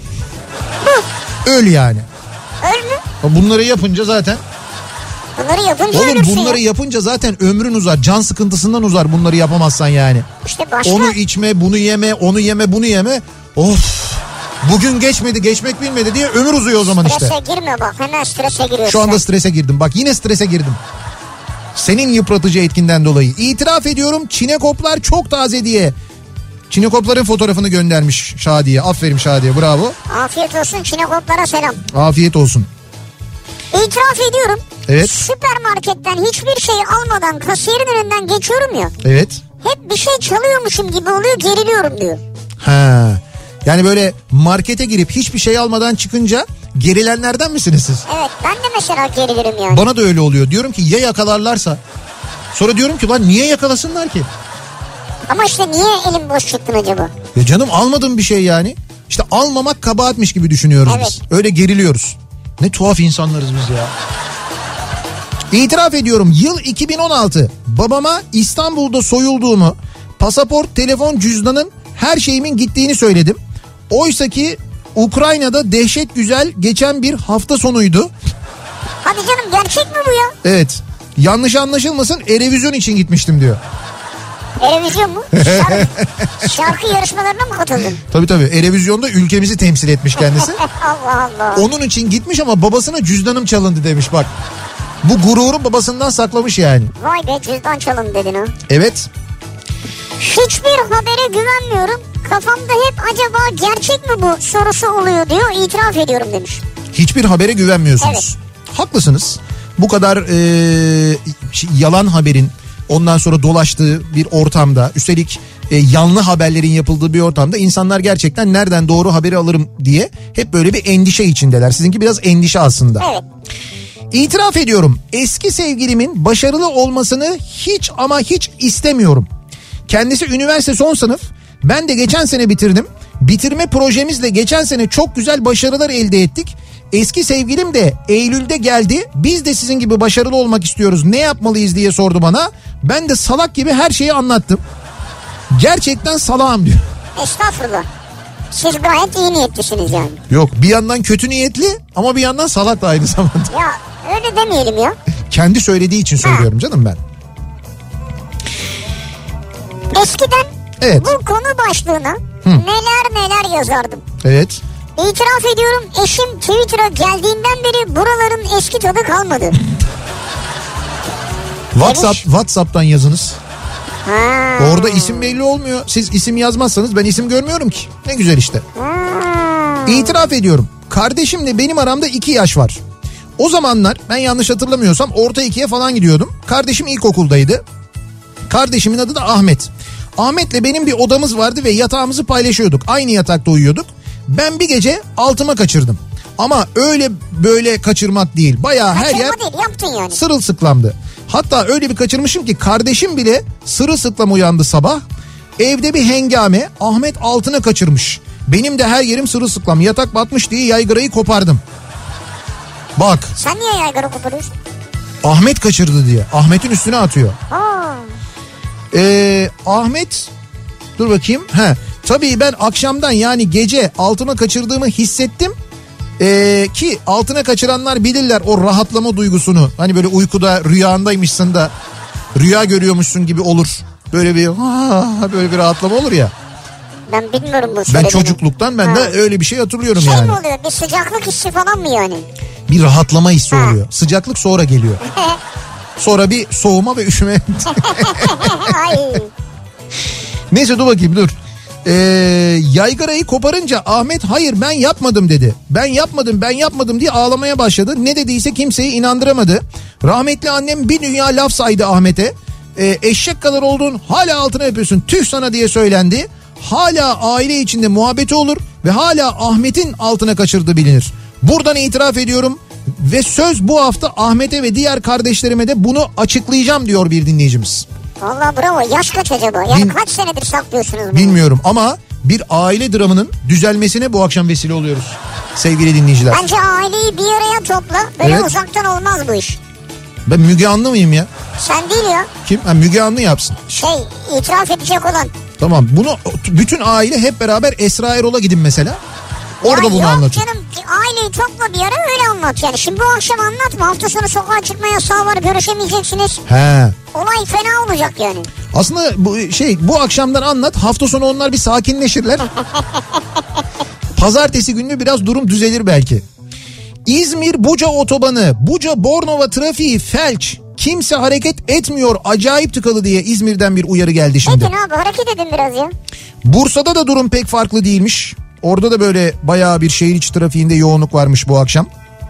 Öl yani. Öl mü? Bunları yapınca zaten. Bunları yapınca oğlum, ölürsün bunları ya. Yapınca zaten ömrün uzar. Can sıkıntısından uzar bunları yapamazsan yani. İşte başka. Onu içme, bunu yeme, onu yeme, bunu yeme. Of. Bugün geçmedi, geçmek bilmedi diye ömür uzuyor o zaman işte. Strese girme bak, hemen strese giriyorsun. Şu anda strese girdim. Bak, yine strese girdim. Senin yıpratıcı etkinden dolayı. İtiraf ediyorum, çinekoplar çok taze diye. Çinekopların fotoğrafını göndermiş Şadiye. Aferin Şadiye, bravo. Afiyet olsun, çinekoplara selam. Afiyet olsun. İtiraf ediyorum. Evet. Süpermarketten hiçbir şey almadan kasiyerin önünden geçiyorum ya. Evet. Hep bir şey çalıyormuşum gibi oluyor, geriliyorum diyor. Ha. Yani böyle markete girip hiçbir şey almadan çıkınca gerilenlerden misiniz siz? Evet, ben de mesela gerilirim yani. Bana da öyle oluyor. Diyorum ki ya yakalarlarsa? Sonra diyorum ki lan niye yakalasınlar ki? Ama işte niye elim boş çıktın acaba? Ya canım, almadım bir şey yani. İşte almamak kabahatmiş gibi düşünüyoruz biz. Öyle geriliyoruz. Ne tuhaf insanlarız biz ya. İtiraf ediyorum, yıl 2016. Babama İstanbul'da soyulduğumu, pasaport, telefon, cüzdanın, her şeyimin gittiğini söyledim. Oysaki Ukrayna'da dehşet güzel geçen bir hafta sonuydu. Hadi canım, gerçek mi bu ya? Evet. Yanlış anlaşılmasın, Erevizyon için gitmiştim diyor. Erevizyon mu? Şarkı yarışmalarına mı katıldın? Tabii. Erevizyon'da ülkemizi temsil etmiş kendisi. Allah Allah. Onun için gitmiş ama babasına cüzdanım çalındı demiş bak. Bu gururu babasından saklamış yani. Vay be, cüzdan çalındı dedin ha. Evet. Hiçbir habere güvenmiyorum. Kafamda hep acaba gerçek mi bu sorusu oluyor diyor. İtiraf ediyorum demiş. Hiçbir habere güvenmiyorsunuz. Evet. Haklısınız. Bu kadar yalan haberin ondan sonra dolaştığı bir ortamda, üstelik yanlı haberlerin yapıldığı bir ortamda insanlar gerçekten nereden doğru haberi alırım diye hep böyle bir endişe içindeler. Sizinki biraz endişe aslında. Evet. İtiraf ediyorum, eski sevgilimin başarılı olmasını hiç ama hiç istemiyorum. Kendisi üniversite son sınıf. Ben de geçen sene bitirdim. Bitirme projemizle geçen sene çok güzel başarılar elde ettik. Eski sevgilim de Eylül'de geldi. Biz de sizin gibi başarılı olmak istiyoruz. Ne yapmalıyız diye sordu bana. Ben de salak gibi her şeyi anlattım. Gerçekten salağım diyor. Estağfurullah. Siz gayet iyi niyetlisiniz yani. Yok, bir yandan kötü niyetli ama bir yandan salak da aynı zamanda. Ya öyle demeyelim ya. Kendi söylediği için söylüyorum canım ben. Eskiden evet. Bu konu başlığına neler yazardım. Evet. İtiraf ediyorum, eşim Twitter'a geldiğinden beri buraların eski tadı kalmadı. WhatsApp'tan yazınız. Ha. Orada isim belli olmuyor. Siz isim yazmazsanız ben isim görmüyorum ki. Ne güzel işte. İtiraf ediyorum, kardeşimle benim aramda 2 yaş var. O zamanlar ben yanlış hatırlamıyorsam orta 2'ye falan gidiyordum. Kardeşim ilkokuldaydı. Kardeşimin adı da Ahmet. Ahmet'le benim bir odamız vardı ve yatağımızı paylaşıyorduk. Aynı yatakta uyuyorduk. Ben bir gece altıma kaçırdım. Ama öyle böyle kaçırmak değil. Bayağı her yer yani. Sırılsıklamdı. Hatta öyle bir kaçırmışım ki kardeşim bile sırılsıklam uyandı sabah. Evde bir hengame, Ahmet altına kaçırmış. Benim de her yerim sırılsıklam. Yatak batmış diye yaygarayı kopardım. Bak. Sen niye yaygara koparıyorsun? Ahmet kaçırdı diye. Ahmet'in üstüne atıyor. Ahmet, dur bakayım. Tabii ben akşamdan, yani gece altıma kaçırdığımı hissettim. Ki altına kaçıranlar bilirler o rahatlama duygusunu. Hani böyle uykuda rüyandaymışsın da rüya görüyormuşsun gibi olur. Böyle bir rahatlama olur ya. Ben bilmiyorum bu. Ben çocukluktan de öyle bir şey hatırlıyorum yani. mi oluyor? Bir sıcaklık hissi falan mı yani? Bir rahatlama hissi oluyor. Sıcaklık sonra geliyor. Sonra bir soğuma ve üşüme. Neyse dur bakayım dur. Yaygarayı koparınca Ahmet hayır ben yapmadım dedi. Ben yapmadım diye ağlamaya başladı. Ne dediyse kimseyi inandıramadı. Rahmetli annem bir dünya laf saydı Ahmet'e. Eşek kadar oldun hala altına yapıyorsun tüh sana diye söylendi. Hala aile içinde muhabbeti olur ve hala Ahmet'in altına kaçırdığı bilinir. Buradan itiraf ediyorum ve söz bu hafta Ahmet'e ve diğer kardeşlerime de bunu açıklayacağım diyor bir dinleyicimiz. Vallahi bravo. Yaş kaç acaba? Yani kaç senedir saklıyorsunuz bunu? Bilmiyorum ama bir aile dramının düzelmesine bu akşam vesile oluyoruz sevgili dinleyiciler. Bence aileyi bir araya topla. Böyle uzaktan olmaz bu iş. Ben Müge Anlı mıyım ya? Sen değil ya. Kim? Müge Anlı yapsın. İtiraf edecek olan. Tamam bunu bütün aile hep beraber Esra Erol'a gidin mesela. Orada bunu anlatın. Canım aileyi topla bir ara öyle anlat yani. Şimdi bu akşam anlatma. Hafta sonu sokağa çıkma yasağı var, görüşemeyeceksiniz. He. Olay fena olacak yani. Aslında bu akşamdan anlat. Hafta sonu onlar bir sakinleşirler. Pazartesi günü biraz durum düzelir belki. İzmir Buca otobanı, Buca Bornova trafiği felç. Kimse hareket etmiyor, acayip tıkalı diye İzmir'den bir uyarı geldi şimdi. Edin abi, hareket edin biraz ya. Bursa'da da durum pek farklı değilmiş. Orada da böyle bayağı bir şehir içi trafiğinde yoğunluk varmış bu akşam.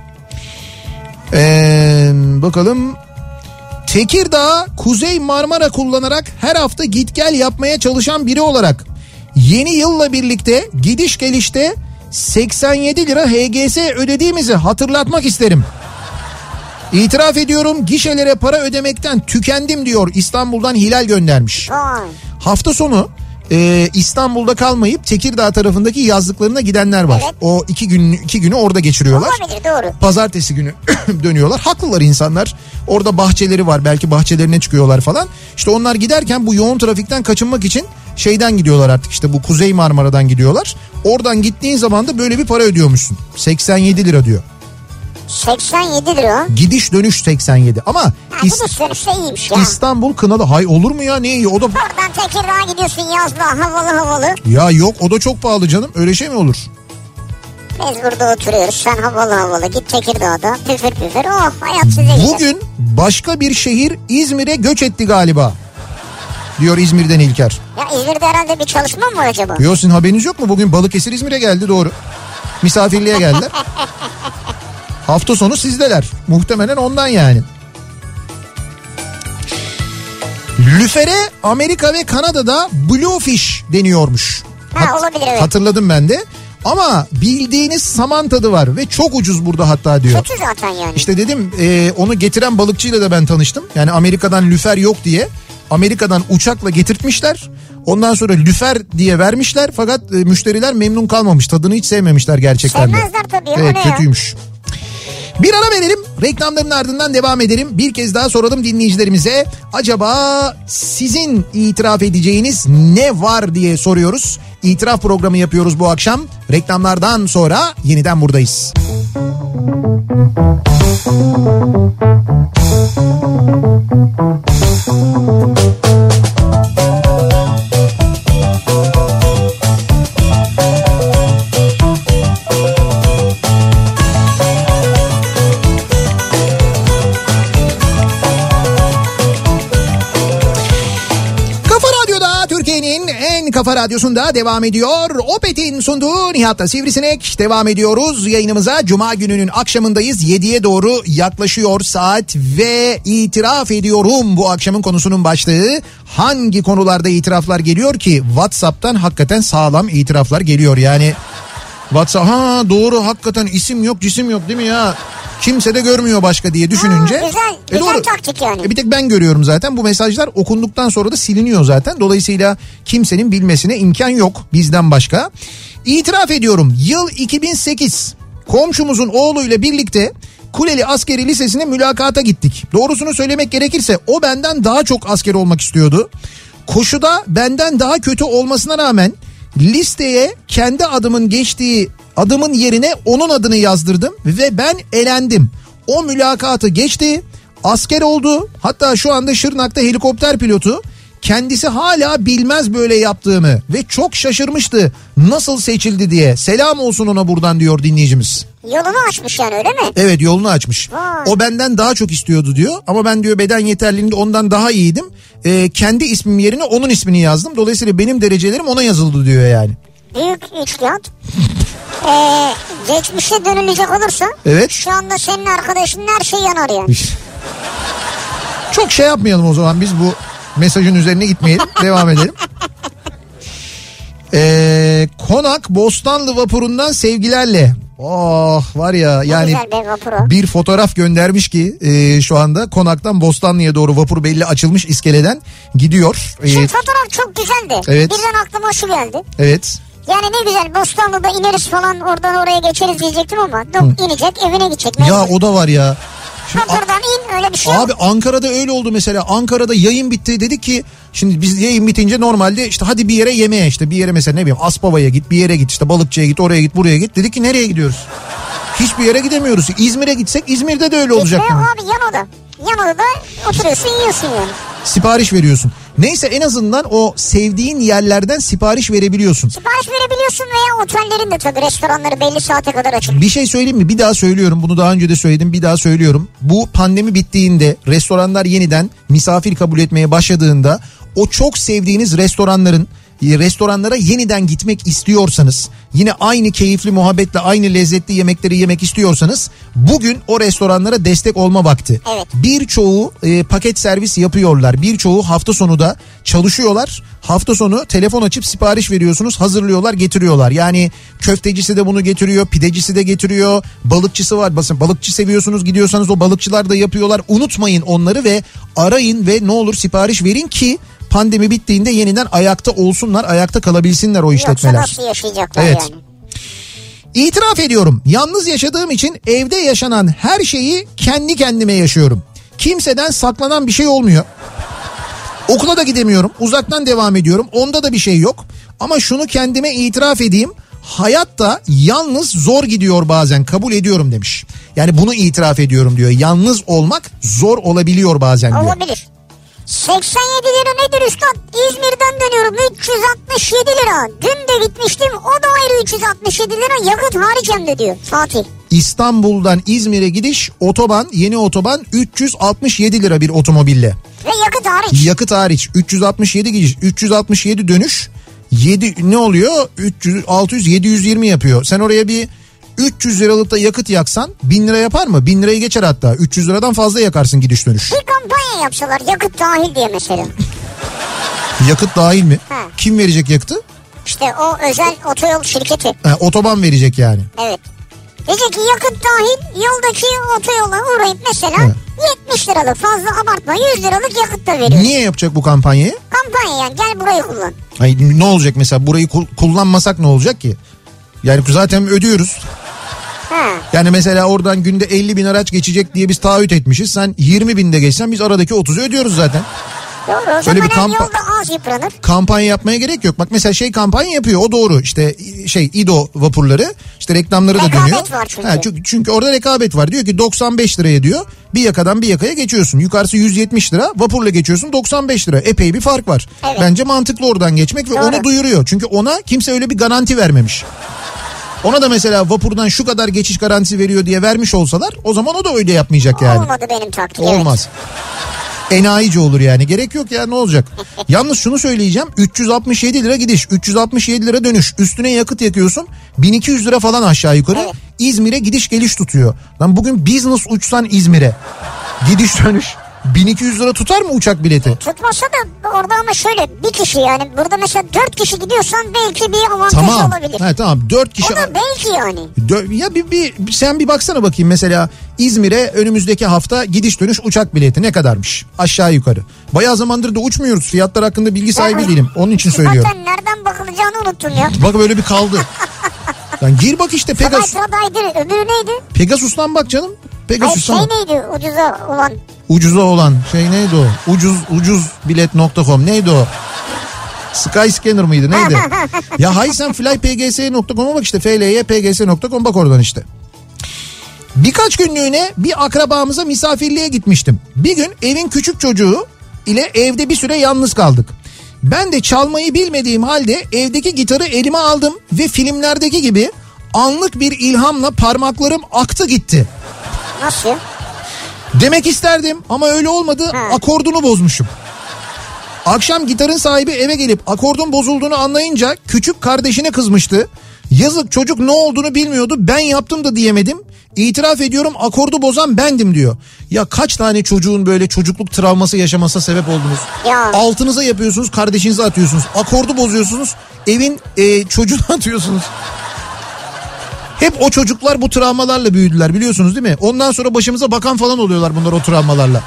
Bakalım. Tekirdağ Kuzey Marmara kullanarak her hafta git gel yapmaya çalışan biri olarak yeni yılla birlikte gidiş gelişte 87 lira HGS ödediğimizi hatırlatmak isterim. İtiraf ediyorum, gişelere para ödemekten tükendim diyor. İstanbul'dan Hilal göndermiş. Hafta sonu İstanbul'da kalmayıp Tekirdağ tarafındaki yazlıklarına gidenler var. Evet. O iki günü orada geçiriyorlar. Olabilir, doğru. Pazartesi günü dönüyorlar. Haklılar insanlar. Orada bahçeleri var, belki bahçelerine çıkıyorlar falan. İşte onlar giderken bu yoğun trafikten kaçınmak için şeyden gidiyorlar artık, işte bu Kuzey Marmara'dan gidiyorlar. Oradan gittiğin zaman da böyle bir para ödüyormuşsun. 87 lira diyor. 87 lira. Gidiş dönüş 87 ama gidiş dönüşte iyiymiş ya. İstanbul Kınalı, hay olur mu ya, ne iyi o da. Oradan Tekirdağ'a gidiyorsun yazla, havalı. Ya yok, o da çok pahalı canım, öyle şey mi olur? Biz burada oturuyoruz, sen havalı git Tekirdağ'da püfür oh hayat size gider. Bugün başka bir şehir İzmir'e göç etti galiba diyor İzmir'den İlker. Ya İzmir'de herhalde bir çalışma mı var acaba? Yok, sizin haberiniz yok mu? Bugün Balıkesir İzmir'e geldi, doğru. Misafirliğe geldiler. Hafta sonu sizdeler. Muhtemelen ondan yani. Lüfere Amerika ve Kanada'da Bluefish deniyormuş. Olabilir, evet. Hatırladım ben de. Ama bildiğiniz saman tadı var ve çok ucuz burada hatta diyor. Kötü zaten yani. İşte dedim onu getiren balıkçıyla da ben tanıştım. Yani Amerika'dan lüfer yok diye. Amerika'dan uçakla getirtmişler. Ondan sonra lüfer diye vermişler. Fakat müşteriler memnun kalmamış. Tadını hiç sevmemişler gerçekten de. Sevmezler tabii. Evet, kötüymüş. Bir ara verelim, reklamların ardından devam edelim. Bir kez daha soralım dinleyicilerimize. Acaba sizin itiraf edeceğiniz ne var diye soruyoruz. İtiraf programı yapıyoruz bu akşam. Reklamlardan sonra yeniden buradayız. Kafa Radyosu'nda devam ediyor. Opet'in sunduğu Nihat'la Sivrisinek devam ediyoruz yayınımıza. Cuma gününün akşamındayız. 7'ye doğru yaklaşıyor saat ve itiraf ediyorum bu akşamın konusunun başlığı. Hangi konularda itiraflar geliyor ki? WhatsApp'tan hakikaten sağlam itiraflar geliyor yani. WhatsApp, doğru, hakikaten isim yok cisim yok değil mi ya? Kimse de görmüyor başka diye düşününce. Güzel taktik yani. Bir tek ben görüyorum zaten. Bu mesajlar okunduktan sonra da siliniyor zaten. Dolayısıyla kimsenin bilmesine imkan yok bizden başka. İtiraf ediyorum, yıl 2008. Komşumuzun oğluyla birlikte Kuleli Askeri Lisesi'ne mülakata gittik. Doğrusunu söylemek gerekirse o benden daha çok asker olmak istiyordu. Koşuda benden daha kötü olmasına rağmen listeye kendi adımın geçtiği adımın yerine onun adını yazdırdım ve ben elendim. O mülakatı geçti, asker oldu. Hatta şu anda Şırnak'ta helikopter pilotu. Kendisi hala bilmez böyle yaptığımı ve çok şaşırmıştı nasıl seçildi diye. Selam olsun ona buradan diyor dinleyicimiz. Yolunu açmış yani, öyle mi? Evet, yolunu açmış. Vay. O benden daha çok istiyordu diyor ama ben diyor beden yeterliliğinde ondan daha iyiydim. Kendi ismim yerine onun ismini yazdım. Dolayısıyla benim derecelerim ona yazıldı diyor yani. Büyük içtihat. Geçmişe dönülecek olursa evet. Şu anda senin arkadaşının her şey yanar yani. Çok şey yapmayalım o zaman, biz bu mesajın üzerine gitmeyelim. Devam edelim. Konak Bostanlı vapurundan sevgilerle. Oh var ya yani bir fotoğraf göndermiş ki şu anda Konak'tan Bostanlı'ya doğru vapur belli açılmış, iskeleden gidiyor. Şu fotoğraf çok güzeldi. Evet. Birden aklıma şu geldi. Evet. Yani ne güzel, Bostanlı'da ineriz falan, oradan oraya geçeriz diyecektim ama inecek, evine gidecek. Ya o da var ya. Vapurdan in, öyle bir şey abi yok. Ankara'da öyle oldu mesela. Ankara'da yayın bitti, dedik ki şimdi biz yayın bitince normalde işte hadi bir yere yemeğe, işte bir yere mesela ne bileyim Aspava'ya git, bir yere git, işte balıkçıya git, oraya git, buraya git. Dedik ki nereye gidiyoruz? Hiçbir yere gidemiyoruz. İzmir'e gitsek İzmir'de de öyle olacak. İzmir'e abi, yan odada oturuyorsun, yiyorsun yani. Sipariş veriyorsun. Neyse, en azından o sevdiğin yerlerden sipariş verebiliyorsun. Sipariş verebiliyorsun veya otellerin de tabii restoranları belli saate kadar açık. Bir şey söyleyeyim mi? Bir daha söylüyorum. Bunu daha önce de söyledim. Bir daha söylüyorum. Bu pandemi bittiğinde, restoranlar yeniden misafir kabul etmeye başladığında, o çok sevdiğiniz restoranlara yeniden gitmek istiyorsanız, yine aynı keyifli muhabbetle aynı lezzetli yemekleri yemek istiyorsanız, bugün o restoranlara destek olma vakti. Evet. Birçoğu paket servis yapıyorlar. Birçoğu hafta sonu da çalışıyorlar. Hafta sonu telefon açıp sipariş veriyorsunuz, hazırlıyorlar, getiriyorlar. Yani köftecisi de bunu getiriyor, pidecisi de getiriyor, balıkçısı var. Balıkçı seviyorsunuz, gidiyorsanız o balıkçılar da yapıyorlar. Unutmayın onları ve arayın ve ne olur sipariş verin ki pandemi bittiğinde yeniden ayakta olsunlar, ayakta kalabilsinler o işletmeler. Yoksa nasıl yaşayacaklar evet. Yani? İtiraf ediyorum, yalnız yaşadığım için evde yaşanan her şeyi kendi kendime yaşıyorum. Kimseden saklanan bir şey olmuyor. Okula da gidemiyorum, uzaktan devam ediyorum, onda da bir şey yok. Ama şunu kendime itiraf edeyim, hayatta yalnız zor gidiyor bazen, kabul ediyorum demiş. Yani bunu itiraf ediyorum diyor, yalnız olmak zor olabiliyor bazen diyor. Olabilir. 87 lira nedir üstad? İzmir'den dönüyorum, 367 lira. Dün de gitmiştim, o da ayrı 367 lira, yakıt hariç hem de diyor Fatih. İstanbul'dan İzmir'e gidiş otoban, yeni otoban 367 lira bir otomobille. Ve yakıt hariç. Yakıt hariç 367 gidiş, 367 dönüş, 7 ne oluyor? 300, 600, 720 yapıyor. Sen oraya bir 300 liralık da yakıt yaksan 1000 lira yapar mı? 1000 lirayı geçer hatta. 300 liradan fazla yakarsın gidiş dönüş. Bir kampanya yapsalar, yakıt dahil diye mesela. Yakıt dahil mi? Ha. Kim verecek yakıtı? İşte o özel otoyol şirketi. Otoban verecek yani. Evet. Diyecek ki yakıt dahil, yoldaki otoyola uğrayıp mesela 70 liralık, fazla abartma, 100 liralık yakıt da veriyor. Niye yapacak bu kampanyayı? Kampanya yani, gel burayı kullan. Ay, ne olacak mesela, burayı kullanmasak ne olacak ki? Yani zaten ödüyoruz. Ha. Yani mesela oradan günde 50 bin araç geçecek diye biz taahhüt etmişiz. Sen 20 binde geçsen biz aradaki 30'u ödüyoruz zaten. Doğru, o zaman yolda az yıpranır. Kampanya yapmaya gerek yok. Bak mesela kampanya yapıyor, o doğru. İşte İdo vapurları, işte reklamları da dönüyor. Rekabet var çünkü. Çünkü orada rekabet var. Diyor ki 95 liraya diyor, bir yakadan bir yakaya geçiyorsun. Yukarısı 170 lira, vapurla geçiyorsun 95 lira. Epey bir fark var. Evet. Bence mantıklı oradan geçmek ve doğru. onu duyuruyor. Çünkü ona kimse öyle bir garanti vermemiş. Ona da mesela vapurdan şu kadar geçiş garantisi veriyor diye vermiş olsalar, o zaman o da öyle yapmayacak yani. Olmadı benim taktik. Olmaz. Evet. Enayici olur yani. Gerek yok ya, ne olacak? Yalnız şunu söyleyeceğim. 367 lira gidiş, 367 lira dönüş. Üstüne yakıt yakıyorsun. 1200 lira falan aşağı yukarı. Evet. İzmir'e gidiş geliş tutuyor. Lan bugün business uçsan İzmir'e, gidiş dönüş 1200 lira tutar mı uçak bileti? Tutmasa da orada ama şöyle bir kişi, yani burada mesela 4 kişi gidiyorsan belki bir avantaj olabilir. He, tamam 4 kişi. O da belki yani. Ya sen bir baksana bakayım mesela İzmir'e önümüzdeki hafta gidiş dönüş uçak bileti ne kadarmış aşağı yukarı. Bayağı zamandır da uçmuyoruz, fiyatlar hakkında bilgi sahibi değilim, onun için söylüyorum. Zaten nereden bakılacağını unuttum ya. Bak böyle bir kaldı. Yani gir bak işte Pegasus. Öbürü neydi? Pegasus'tan bak canım. Pegasus'tan. Hayır, neydi ucuza olan? Ucuza olan neydi o? Ucuzbilet.com neydi o? Skyscanner mıydı neydi? Ya hayır, sen flypgs.com'a bak işte, flypgs.com, bak oradan işte. Birkaç günlüğüne bir akrabamıza misafirliğe gitmiştim. Bir gün evin küçük çocuğu ile evde bir süre yalnız kaldık. Ben de çalmayı bilmediğim halde evdeki gitarı elime aldım ve filmlerdeki gibi Anlık bir ilhamla parmaklarım aktı gitti. Nasıl? Demek isterdim ama öyle olmadı. Akordunu bozmuşum. Akşam gitarın sahibi eve gelip akordun bozulduğunu anlayınca küçük kardeşine kızmıştı. Yazık, çocuk ne olduğunu bilmiyordu, ben yaptım da diyemedim. İtiraf ediyorum, akordu bozan bendim diyor. Ya kaç tane çocuğun böyle çocukluk travması yaşamasına sebep oldunuz? Ya. Altınıza yapıyorsunuz, kardeşinize atıyorsunuz. Akordu bozuyorsunuz, evin çocuğuna atıyorsunuz. Hep o çocuklar bu travmalarla büyüdüler, biliyorsunuz değil mi? Ondan sonra başımıza bakan falan oluyorlar bunlar o travmalarla.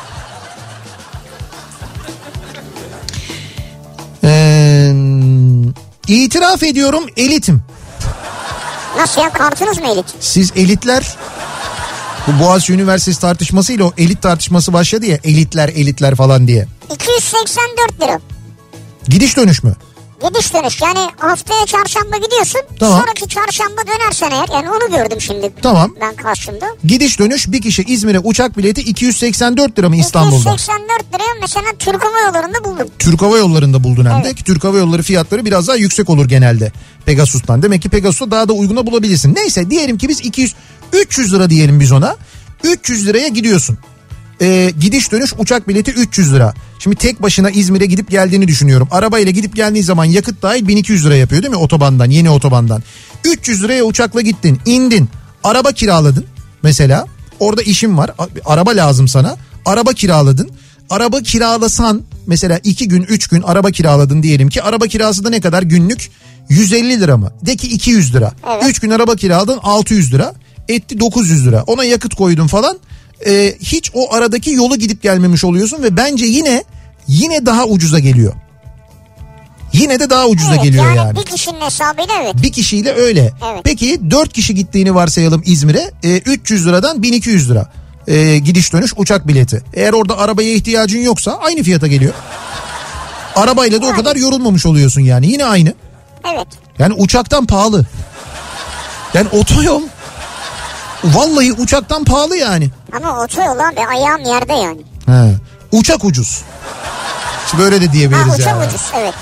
İtiraf ediyorum, elitim. Nasıl ya, kartınız mı elit? Siz elitler, bu Boğaziçi Üniversitesi tartışmasıyla o elit tartışması başladı ya, elitler falan diye. 284 lira. Gidiş dönüş mü? Gidiş dönüş, yani haftaya çarşamba gidiyorsun. Tamam. Sonraki çarşamba dönersen eğer, yani onu gördüm şimdi. Tamam. Ben karşımda. Gidiş dönüş bir kişi İzmir'e uçak bileti 284 lira mı İstanbul'da? 284 liraya mesela Türk Hava Yolları'nda buldum. Türk Hava Yolları'nda buldun hem de. Evet. Türk Hava Yolları fiyatları biraz daha yüksek olur genelde Pegasus'tan. Demek ki Pegasus'ta daha da uyguna bulabilirsin. Neyse, diyelim ki biz 300 lira diyelim biz ona. 300 liraya gidiyorsun. Gidiş dönüş uçak bileti 300 lira. Şimdi tek başına İzmir'e gidip geldiğini düşünüyorum. Arabayla gidip geldiğin zaman yakıt dahil 1200 lira yapıyor değil mi otobandan, yeni otobandan. 300 liraya uçakla gittin, indin, araba kiraladın mesela. Orada işin var, araba lazım sana, araba kiraladın. Araba kiralasan mesela 2 gün 3 gün araba kiraladın diyelim ki, araba kirası da ne kadar günlük? 150 lira mı? De ki 200 lira. Evet. 3 gün araba kiraladın, 600 lira etti, 900 lira. Ona yakıt koydun falan. Hiç o aradaki yolu gidip gelmemiş oluyorsun ve bence yine daha ucuza geliyor. Yine de daha ucuza geliyor yani. Bir kişinin hesabıyla evet. Bir kişiyle öyle. Evet. Peki 4 kişi gittiğini varsayalım İzmir'e. 300 liradan 1200 lira gidiş dönüş uçak bileti. Eğer orada arabaya ihtiyacın yoksa aynı fiyata geliyor. Arabayla da o kadar yorulmamış oluyorsun yani. Yine aynı. Evet. Yani uçaktan pahalı. Yani otoyol vallahi uçaktan pahalı yani. Ama otoyol abi, ayağım yerde yani. He. Uçak ucuz. Böyle de diyebiliriz uçak yani. ucuz, evet.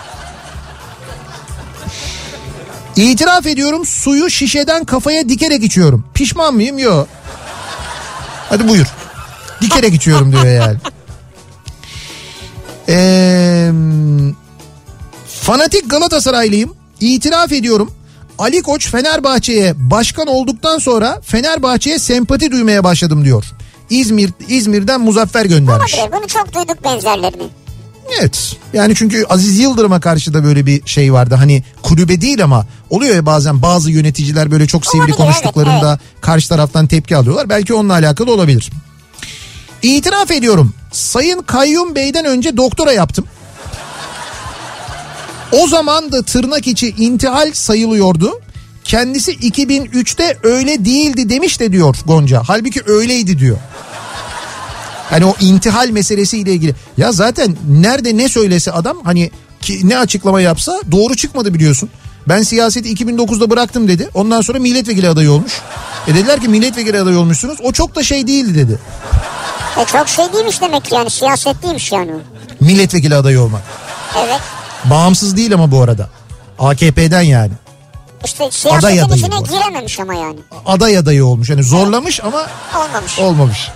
İtiraf ediyorum, suyu şişeden kafaya dikerek içiyorum. Pişman mıyım? Yok. Hadi buyur. Dikerek içiyorum diyor yani. Fanatik Galatasaraylıyım. İtiraf ediyorum, Ali Koç Fenerbahçe'ye başkan olduktan sonra Fenerbahçe'ye sempati duymaya başladım diyor. İzmir'den Muzaffer göndermiş. Olabilir, bunu çok duyduk benzerlerini. Evet, yani çünkü Aziz Yıldırım'a karşı da böyle bir şey vardı, hani kulübe değil ama oluyor ya bazen bazı yöneticiler böyle çok sivri olabilir, konuştuklarında evet. Karşı taraftan tepki alıyorlar, belki onunla alakalı olabilir. İtiraf ediyorum, Sayın Kayyum Bey'den önce doktora yaptım. O zaman da tırnak içi intihal sayılıyordu. Kendisi 2003'te öyle değildi demiş de diyor Gonca. Halbuki öyleydi diyor. Hani o intihal meselesiyle ilgili. Ya zaten nerede ne söylese adam, hani ki ne açıklama yapsa doğru çıkmadı biliyorsun. Ben siyaseti 2009'da bıraktım dedi. Ondan sonra milletvekili adayı olmuş. Dediler ki milletvekili adayı olmuşsunuz. O çok da şey değildi dedi. Çok şey değilmiş demek yani, siyaset değilmiş yani. Milletvekili adayı olmak. Evet. Bağımsız değil ama bu arada. AKP'den yani. İşte siyasetin içine girememiş ama yani. Aday adayı olmuş. Yani zorlamış ama olmamış.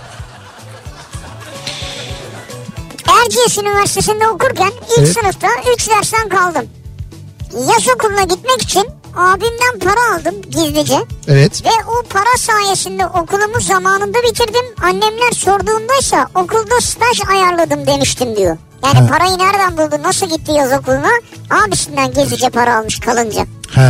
Erciyes Üniversitesi'nde okurken ilk sınıfta 3 dersten kaldım. Yaz okuluna gitmek için abimden para aldım gizlice. Evet. Ve o para sayesinde okulumu zamanında bitirdim. Annemler sorduğundaysa okulda staj ayarladım demiştim diyor. Yani parayı nereden buldu, nasıl gitti yaz okuluna? Abisinden gizlice para almış kalınca.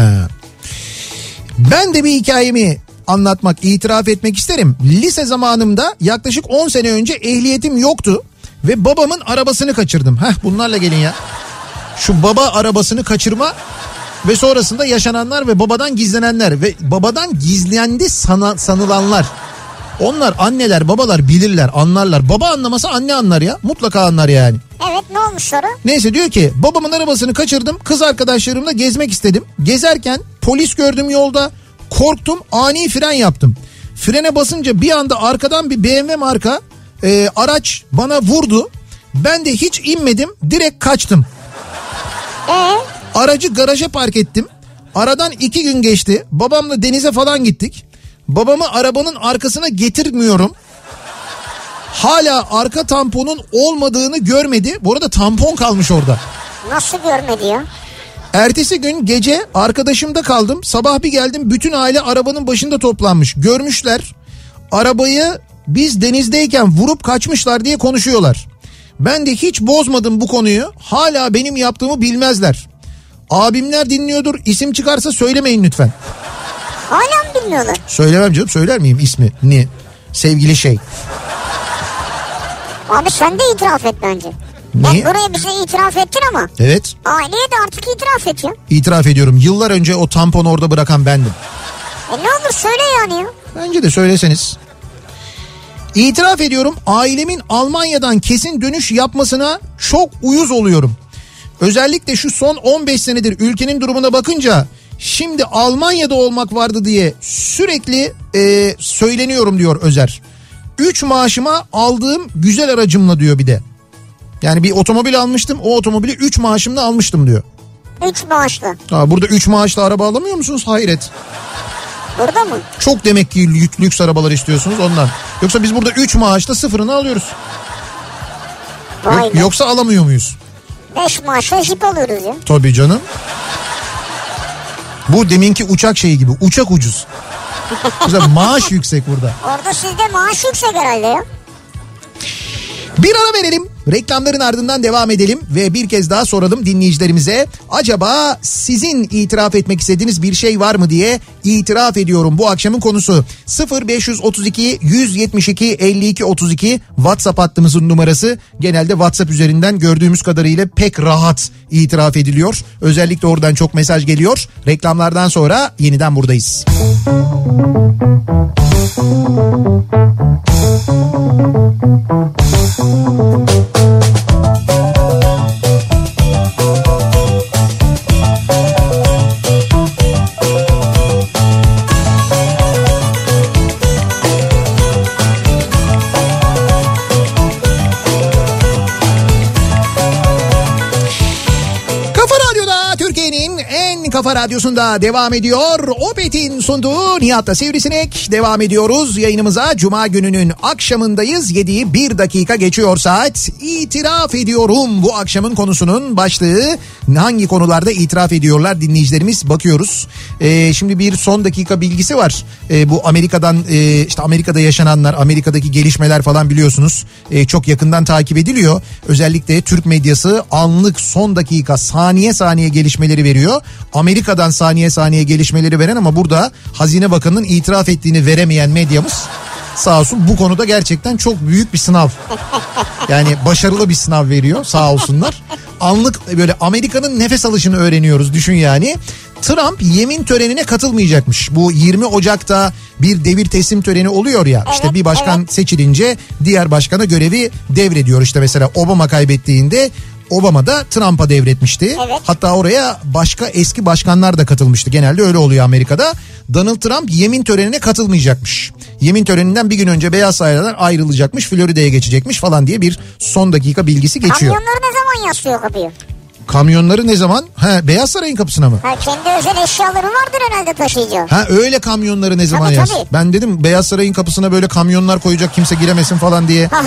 Ben de bir hikayemi anlatmak, itiraf etmek isterim. Lise zamanımda yaklaşık 10 sene önce ehliyetim yoktu. Ve babamın arabasını kaçırdım. Bunlarla gelin ya. Şu baba arabasını kaçırma ve sonrasında yaşananlar ve babadan gizlenenler ve babadan gizlendi sanılanlar. Onlar anneler babalar bilirler, anlarlar. Baba anlamasa anne anlar ya, mutlaka anlar yani. Evet, ne olmuş sonra? Neyse, diyor ki babamın arabasını kaçırdım, kız arkadaşlarımla gezmek istedim. Gezerken polis gördüm yolda, korktum, ani fren yaptım. Frene basınca bir anda arkadan bir BMW marka araç bana vurdu. Ben de hiç inmedim, direkt kaçtım. Aracı garaja park ettim. Aradan 2 gün geçti. Babamla denize falan gittik. Babamı arabanın arkasına getirmiyorum. Hala arka tamponun olmadığını görmedi. Bu arada tampon kalmış orada. Nasıl görmedi ya? Ertesi gün gece arkadaşımda kaldım. Sabah bir geldim, bütün aile arabanın başında toplanmış. Görmüşler. Arabayı biz denizdeyken vurup kaçmışlar diye konuşuyorlar. Ben de hiç bozmadım bu konuyu. Hala benim yaptığımı bilmezler. Abimler dinliyordur. İsim çıkarsa söylemeyin lütfen. Hala mı bilmiyorlar? Söylemem canım, söyler miyim ismini? Sevgili şey. Abi sen de itiraf et bence. Niye? Bak buraya bize itiraf ettin ama. Evet. Aileye de artık itiraf et ya. İtiraf ediyorum. Yıllar önce o tamponu orada bırakan bendim. Ne olur söyle yani ya. Bence de söyleseniz. İtiraf ediyorum, ailemin Almanya'dan kesin dönüş yapmasına çok uyuz oluyorum. Özellikle şu son 15 senedir ülkenin durumuna bakınca şimdi Almanya'da olmak vardı diye sürekli söyleniyorum diyor Özer. 3 maaşıma aldığım güzel aracımla diyor bir de. Yani bir otomobil almıştım, o otomobili 3 maaşımla almıştım diyor. 3 maaşlı. Burada 3 maaşla araba alamıyor musunuz? Hayret. Burada mı? Çok demek ki lüks arabalar istiyorsunuz ondan. Yoksa biz burada 3 maaşla sıfırını alıyoruz. Vay be. Yoksa alamıyor muyuz? 5 maaşla jip alıyoruz ya. Tabii canım. Bu deminki uçak şeyi gibi. Uçak ucuz. Güzel, maaş yüksek burada. Orada sizde maaş yüksek herhalde ya. Bir ara verelim. Reklamların ardından devam edelim ve bir kez daha soralım dinleyicilerimize. Acaba sizin itiraf etmek istediğiniz bir şey var mı diye itiraf ediyorum. Bu akşamın konusu 0532 172 52 32 WhatsApp hattımızın numarası. Genelde WhatsApp üzerinden gördüğümüz kadarıyla pek rahat itiraf ediliyor. Özellikle oradan çok mesaj geliyor. Reklamlardan sonra yeniden buradayız. Kafa Radyosu'nda devam ediyor. Opet'in sunduğu Nihat'la Sivrisinek devam ediyoruz. Yayınımıza Cuma gününün akşamındayız. 7'yi 1 dakika geçiyor saat. İtiraf ediyorum bu akşamın konusunun başlığı. Hangi konularda itiraf ediyorlar dinleyicilerimiz, bakıyoruz. Şimdi bir son dakika bilgisi var. Bu Amerika'dan işte Amerika'da yaşananlar, Amerika'daki gelişmeler falan biliyorsunuz. Çok yakından takip ediliyor. Özellikle Türk medyası anlık son dakika saniye saniye gelişmeleri veriyor. Amerika'dan saniye saniye gelişmeleri veren ama burada Hazine Bakanı'nın itiraf ettiğini veremeyen medyamız sağ olsun bu konuda gerçekten çok büyük bir sınav. Yani başarılı bir sınav veriyor, sağ olsunlar. Anlık böyle Amerika'nın nefes alışını öğreniyoruz, düşün yani. Trump yemin törenine katılmayacakmış. Bu 20 Ocak'ta bir devir teslim töreni oluyor ya. Evet, işte bir başkan seçilince diğer başkana görevi devrediyor. İşte mesela Obama kaybettiğinde Obama da Trump'a devretmişti. Evet. Hatta oraya başka eski başkanlar da katılmıştı. Genelde öyle oluyor Amerika'da. Donald Trump yemin törenine katılmayacakmış. Yemin töreninden bir gün önce Beyaz Saray'dan ayrılacakmış, Florida'ya geçecekmiş falan diye bir son dakika bilgisi geçiyor. Kamyonları ne zaman yaslıyor kapıyı? Kamyonları ne zaman? Beyaz Saray'ın kapısına mı? Kendi özel eşyaları vardır herhalde taşıyıcı. Öyle kamyonları ne zaman yaz? Tabii. Ben dedim Beyaz Saray'ın kapısına böyle kamyonlar koyacak, kimse giremesin falan diye. Ya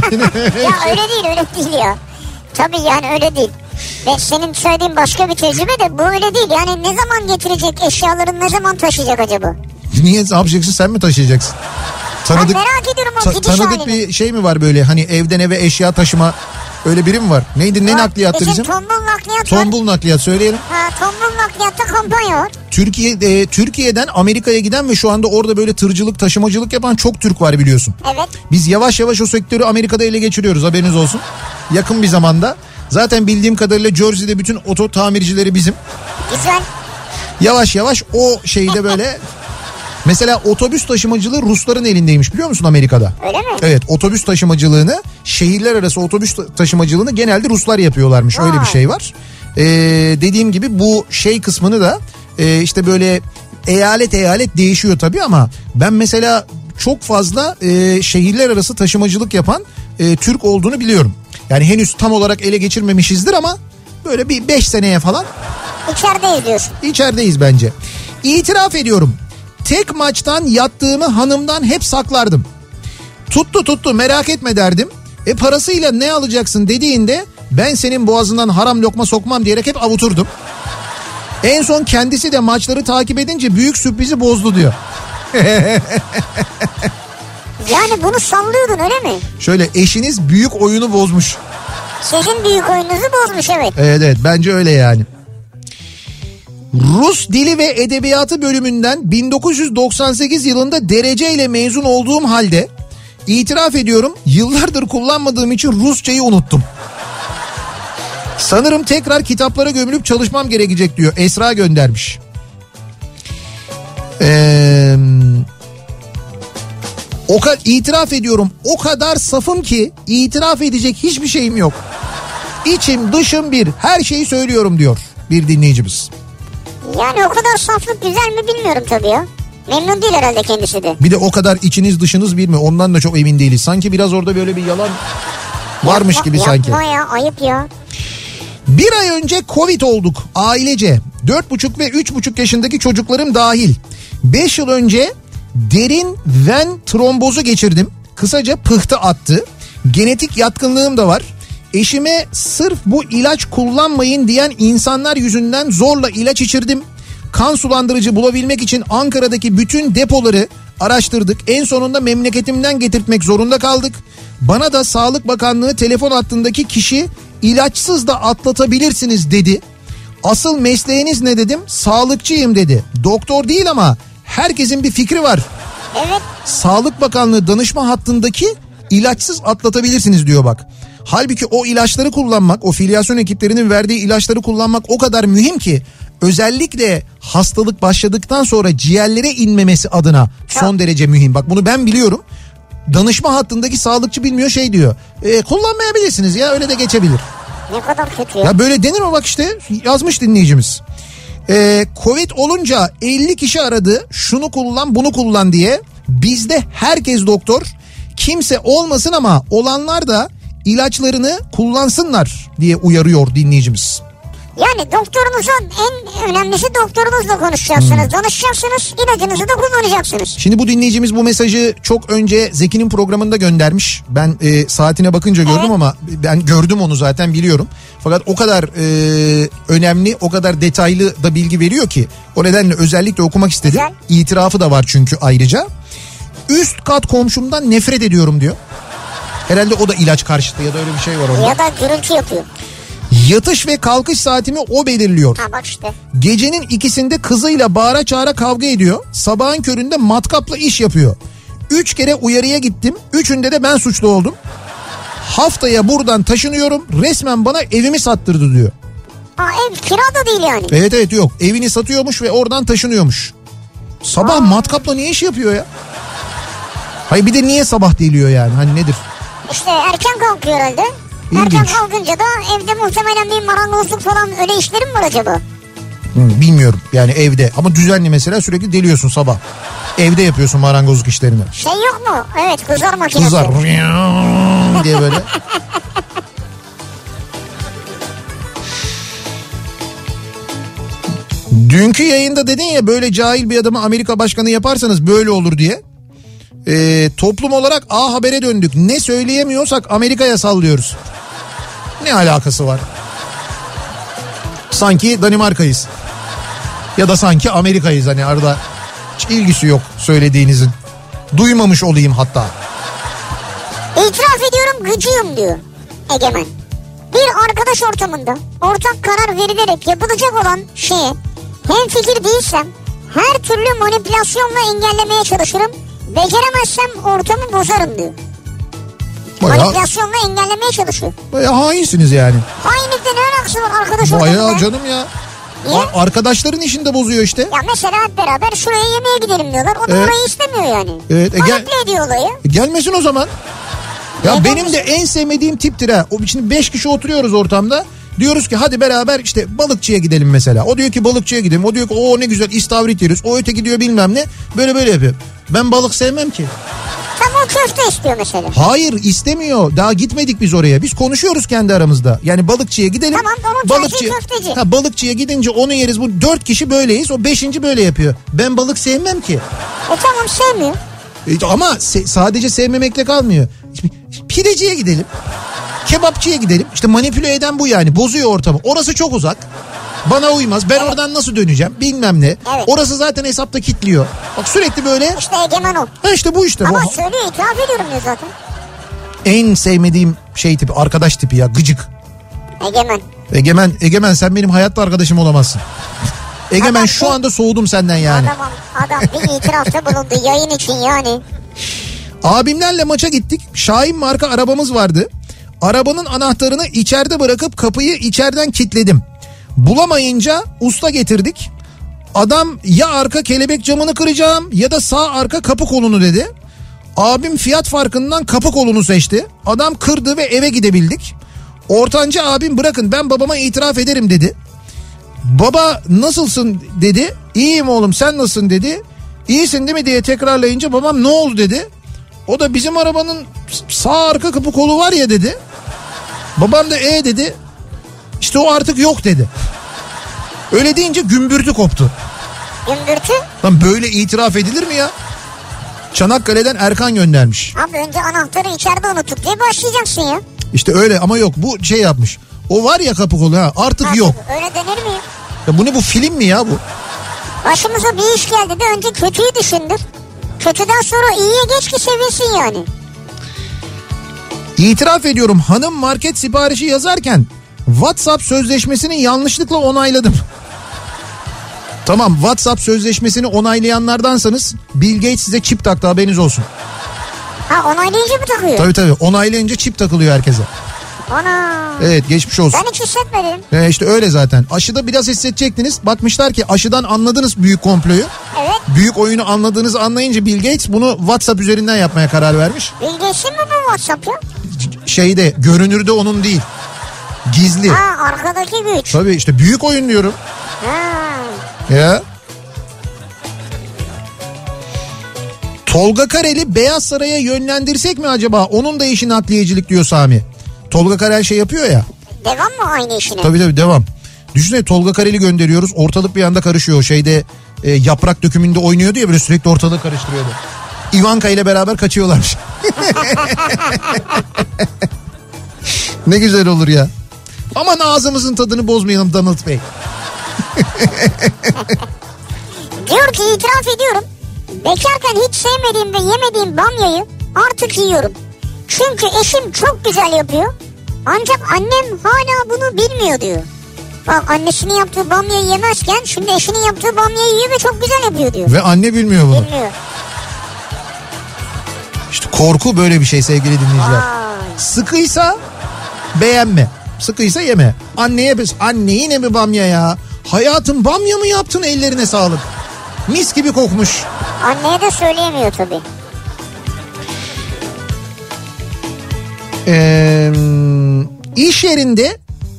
öyle değil ya. Tabii yani öyle değil. Ve senin söylediğin başka bir tecrübe de bu öyle değil. Yani ne zaman getirecek eşyalarını, ne zaman taşıyacak acaba? Niye, ne yapacaksın, sen mi taşıyacaksın? Tanıdık, ben merak ediyorum o gidiş tanıdık halini. Bir şey mi var böyle, hani evden eve eşya taşıma, öyle biri mi var? Neydi, ne nakliyattı bizim? Tombul nakliyat Tombul nakliyat, söyleyelim. Tombul nakliyatta kampanya var. Türkiye'den Amerika'ya giden ve şu anda orada böyle tırcılık, taşımacılık yapan çok Türk var, biliyorsun. Evet. Biz yavaş yavaş o sektörü Amerika'da ele geçiriyoruz, haberiniz olsun. Yakın bir zamanda. Zaten bildiğim kadarıyla Jersey'de bütün oto tamircileri bizim. Güzel. Yavaş yavaş o şeyde böyle... Mesela otobüs taşımacılığı Rusların elindeymiş, biliyor musun, Amerika'da? Öyle mi? Evet, otobüs taşımacılığını, şehirler arası otobüs taşımacılığını genelde Ruslar yapıyorlarmış. Öyle bir şey var. Dediğim gibi bu şey kısmını da işte böyle eyalet değişiyor tabii ama ben mesela çok fazla şehirler arası taşımacılık yapan Türk olduğunu biliyorum. Yani henüz tam olarak ele geçirmemişizdir ama böyle bir 5 seneye falan İçerideyiz diyorsun. İçerideyiz bence. İtiraf ediyorum. Tek maçtan yattığımı hanımdan hep saklardım. Tuttu merak etme derdim. Parasıyla ne alacaksın dediğinde ben senin boğazından haram lokma sokmam diyerek hep avuturdum. En son kendisi de maçları takip edince büyük sürprizi bozdu diyor. Yani bunu sallıyordun öyle mi? Şöyle eşiniz büyük oyunu bozmuş. Sizin büyük oyununuzu bozmuş evet. Evet bence öyle yani. Rus Dili ve Edebiyatı bölümünden 1998 yılında dereceyle mezun olduğum halde itiraf ediyorum yıllardır kullanmadığım için Rusçayı unuttum. Sanırım tekrar kitaplara gömülüp çalışmam gerekecek diyor. Esra göndermiş. İtiraf ediyorum o kadar safım ki itiraf edecek hiçbir şeyim yok. İçim dışım bir, her şeyi söylüyorum diyor bir dinleyicimiz. Yani o kadar saflık güzel mi bilmiyorum tabii ya. Memnun değil herhalde kendisi de. Bir de o kadar içiniz dışınız bir mi, ondan da çok emin değiliz. Sanki biraz orada böyle bir yalan varmış gibi sanki. Yapma ya, ayıp ya. Bir ay önce Covid olduk ailece. 4,5 ve 3,5 yaşındaki çocuklarım dahil. 5 yıl önce derin ven trombozu geçirdim. Kısaca pıhtı attı. Genetik yatkınlığım da var. Eşime sırf bu ilaç kullanmayın diyen insanlar yüzünden zorla ilaç içirdim. Kan sulandırıcı bulabilmek için Ankara'daki bütün depoları araştırdık. En sonunda memleketimden getirtmek zorunda kaldık. Bana da Sağlık Bakanlığı telefon hattındaki kişi ilaçsız da atlatabilirsiniz dedi. Asıl mesleğiniz ne dedim? Sağlıkçıyım dedi. Doktor değil ama herkesin bir fikri var. Evet. Sağlık Bakanlığı danışma hattındaki ilaçsız atlatabilirsiniz diyor bak. Halbuki o ilaçları kullanmak, o filyasyon ekiplerinin verdiği ilaçları kullanmak o kadar mühim ki özellikle hastalık başladıktan sonra ciğerlere inmemesi adına son derece mühim. Bak bunu ben biliyorum. Danışma hattındaki sağlıkçı bilmiyor, şey diyor. Kullanmayabilirsiniz ya, öyle de geçebilir. Ne kadar kötü ya. Ya böyle denir mi, bak işte yazmış dinleyicimiz. Covid olunca 50 kişi aradı, şunu kullan bunu kullan diye. Bizde herkes doktor, kimse olmasın ama olanlar da ilaçlarını kullansınlar diye uyarıyor dinleyicimiz. Yani doktorunuza, en önemlisi doktorunuzla konuşacaksınız, danışacaksınız, ilacınızı da kullanacaksınız. Şimdi bu dinleyicimiz bu mesajı çok önce Zeki'nin programında göndermiş. Ben saatine bakınca gördüm ama ben gördüm onu zaten, biliyorum. Fakat o kadar önemli, o kadar detaylı da bilgi veriyor ki o nedenle özellikle okumak istedim. Güzel. İtirafı da var çünkü ayrıca. Üst kat komşumdan nefret ediyorum diyor. Herhalde o da ilaç karşıtı ya da öyle bir şey var orada. Ya da gürültü yapıyor. Yatış ve kalkış saatimi o belirliyor. Ha bak işte. Gecenin 2'sinde kızıyla bağıra çağıra kavga ediyor. Sabahın köründe matkapla iş yapıyor. 3 kere uyarıya gittim. 3'ünde de ben suçlu oldum. Haftaya buradan taşınıyorum. Resmen bana evimi sattırdı diyor. Ha, ev kira da değil yani. Evet yok. Evini satıyormuş ve oradan taşınıyormuş. Sabah matkapla ne iş yapıyor ya? Hayır bir de niye sabah deliyor yani? Hani nedir? İşte erken kalkıyor herhalde. İlginç. Erken kalkınca da evde muhtemelen bir marangozluk falan, öyle işlerim var acaba? Bilmiyorum yani evde, ama düzenli mesela sürekli deliyorsun sabah. Evde yapıyorsun marangozluk işlerini. Şey yok mu? Evet, kızar makinesi. Kızar diye böyle. Dünkü yayında dedin ya, böyle cahil bir adamı Amerika başkanı yaparsanız böyle olur diye. Toplum olarak A Haber'e döndük. Ne söyleyemiyorsak Amerika'ya sallıyoruz. Ne alakası var? Sanki Danimarka'yız. Ya da sanki Amerika'yız, hani arada hiç ilgisi yok söylediğinizin. Duymamış olayım hatta. İtiraf ediyorum gıcığım diyor Egemen. Bir arkadaş ortamında ortak karar verilerek yapılacak olan şeye hemfikir değilsem her türlü manipülasyonla engellemeye çalışırım. Beceremezsem ortamı bozarım diyor. Manipülasyonla engellemeye çalışıyor. Bayağı hainsiniz yani. Hainlikle ne alakası var arkadaş ortamında? Bayağı canım ya. Niye? Arkadaşların işini de bozuyor işte. Ya mesela hep beraber şuraya yemeğe gidelim diyorlar. O da orayı istemiyor yani. Evet. Manipüle ediyor olayı. Gelmesin o zaman. Ya benim de en sevmediğim tiptir ha. Şimdi 5 kişi oturuyoruz ortamda. Diyoruz ki hadi beraber işte balıkçıya gidelim mesela. O diyor ki balıkçıya gidelim. O diyor ki o ne güzel istavrit yeriz. O öteki diyor bilmem ne. Böyle yapıyor. Ben balık sevmem ki. Tam o köfte istiyor mesela. Hayır, istemiyor. Daha gitmedik biz oraya. Biz konuşuyoruz kendi aramızda. Yani balıkçıya gidelim. Tamam, onun tercihi köfteci. Balıkçıya gidince onu yeriz. Bu 4 kişi böyleyiz. O 5. böyle yapıyor. Ben balık sevmem ki. Tamam, sevmiyor. Ama sadece sevmemekle kalmıyor. Pideciye gidelim. Kebapçıya gidelim. İşte manipüle eden bu yani. Bozuyor ortamı. Orası çok uzak. Bana uymaz. Ben oradan nasıl döneceğim bilmem ne. Evet. Orası zaten hesapta kilitliyor. Bak sürekli böyle. İşte egemen o. Ha işte bu işte. Ama söylüyor, itiraf ediyorum diyor zaten. En sevmediğim şey tipi, arkadaş tipi ya, gıcık. Egemen sen benim hayatta arkadaşım olamazsın. Egemen adam, şu anda soğudum senden yani. Adam bir itirafta bulundu yayın için yani. Abimlerle maça gittik. Şahin marka arabamız vardı. Arabanın anahtarını içeride bırakıp kapıyı içeriden kilitledim. Bulamayınca usta getirdik. Adam ya arka kelebek camını kıracağım ya da sağ arka kapı kolunu dedi. Abim fiyat farkından kapı kolunu seçti. Adam kırdı ve eve gidebildik. Ortanca abim bırakın ben babama itiraf ederim dedi. Baba nasılsın dedi. İyiyim oğlum, sen nasılsın dedi. İyisin değil mi diye tekrarlayınca babam ne oldu dedi. O da bizim arabanın sağ arka kapı kolu var ya dedi. Babam da dedi. İşte o artık yok dedi. Öyle deyince gümbürtü koptu. Gümbürtü? Lan böyle itiraf edilir mi ya? Çanakkale'den Erkan göndermiş. Abi önce anahtarı içeride unuttuk diye başlayacaksın ya. İşte öyle ama yok, bu şey yapmış. O var ya kapı kolu artık yok. Öyle denir mi? Ya bu ne, bu film mi ya bu? Başımıza bir iş geldi de önce kötüyü düşündür. Kötüden sonra iyiye geç ki sevinsin yani. İtiraf ediyorum, hanım market siparişi yazarken WhatsApp sözleşmesini yanlışlıkla onayladım. Tamam, WhatsApp sözleşmesini onaylayanlardansanız Bill Gates size çip taktı, haberiniz olsun. Ha, onaylayınca mı takıyor? Tabii onaylayınca çip takılıyor herkese. Ana. Evet, geçmiş olsun. Ben hiç hissetmedim. İşte öyle zaten. Aşıda biraz hissedecektiniz. Bakmışlar ki aşıdan anladınız büyük komployu. Evet. Büyük oyunu anladığınızı anlayınca Bill Gates bunu WhatsApp üzerinden yapmaya karar vermiş. Bill Gates'in mi bu WhatsApp ya? Şeyde, görünürde onun değil. Gizli. Ha, arkadaki güç. Tabii işte büyük oyun diyorum. Ha. Ya. Tolga Karel'i Beyaz Saray'a yönlendirsek mi acaba? Onun da işi nakliyecilik diyor Sami. Tolga Karel şey yapıyor ya. Devam mı aynı işine? Tabii devam. Düşünsene, Tolga Karel'i gönderiyoruz. Ortalık bir anda karışıyor. Şeyde Yaprak Dökümü'nde oynuyordu ya, böyle sürekli ortalığı karıştırıyordu. Ivanka ile beraber kaçıyorlarmış. Ne güzel olur ya. Aman ağzımızın tadını bozmayalım Donald Bey. Diyor ki itiraf ediyorum. Bekarken hiç sevmediğim ve yemediğim bamyayı artık yiyorum. Çünkü eşim çok güzel yapıyor. Ancak annem hala bunu bilmiyor diyor. Bak, annesinin yaptığı bamyayı yemezken şimdi eşinin yaptığı bamyayı yiyor ve çok güzel yapıyor diyor. Ve anne bilmiyor bunu. Bilmiyor. İşte korku böyle bir şey sevgili dinleyiciler. Sıkıysa beğenme. Sıkıysa yeme. Anne yine mi bamya ya? Hayatım, bamya mı yaptın, ellerine sağlık. Mis gibi kokmuş. Anneye de söyleyemiyor tabii. İş yerinde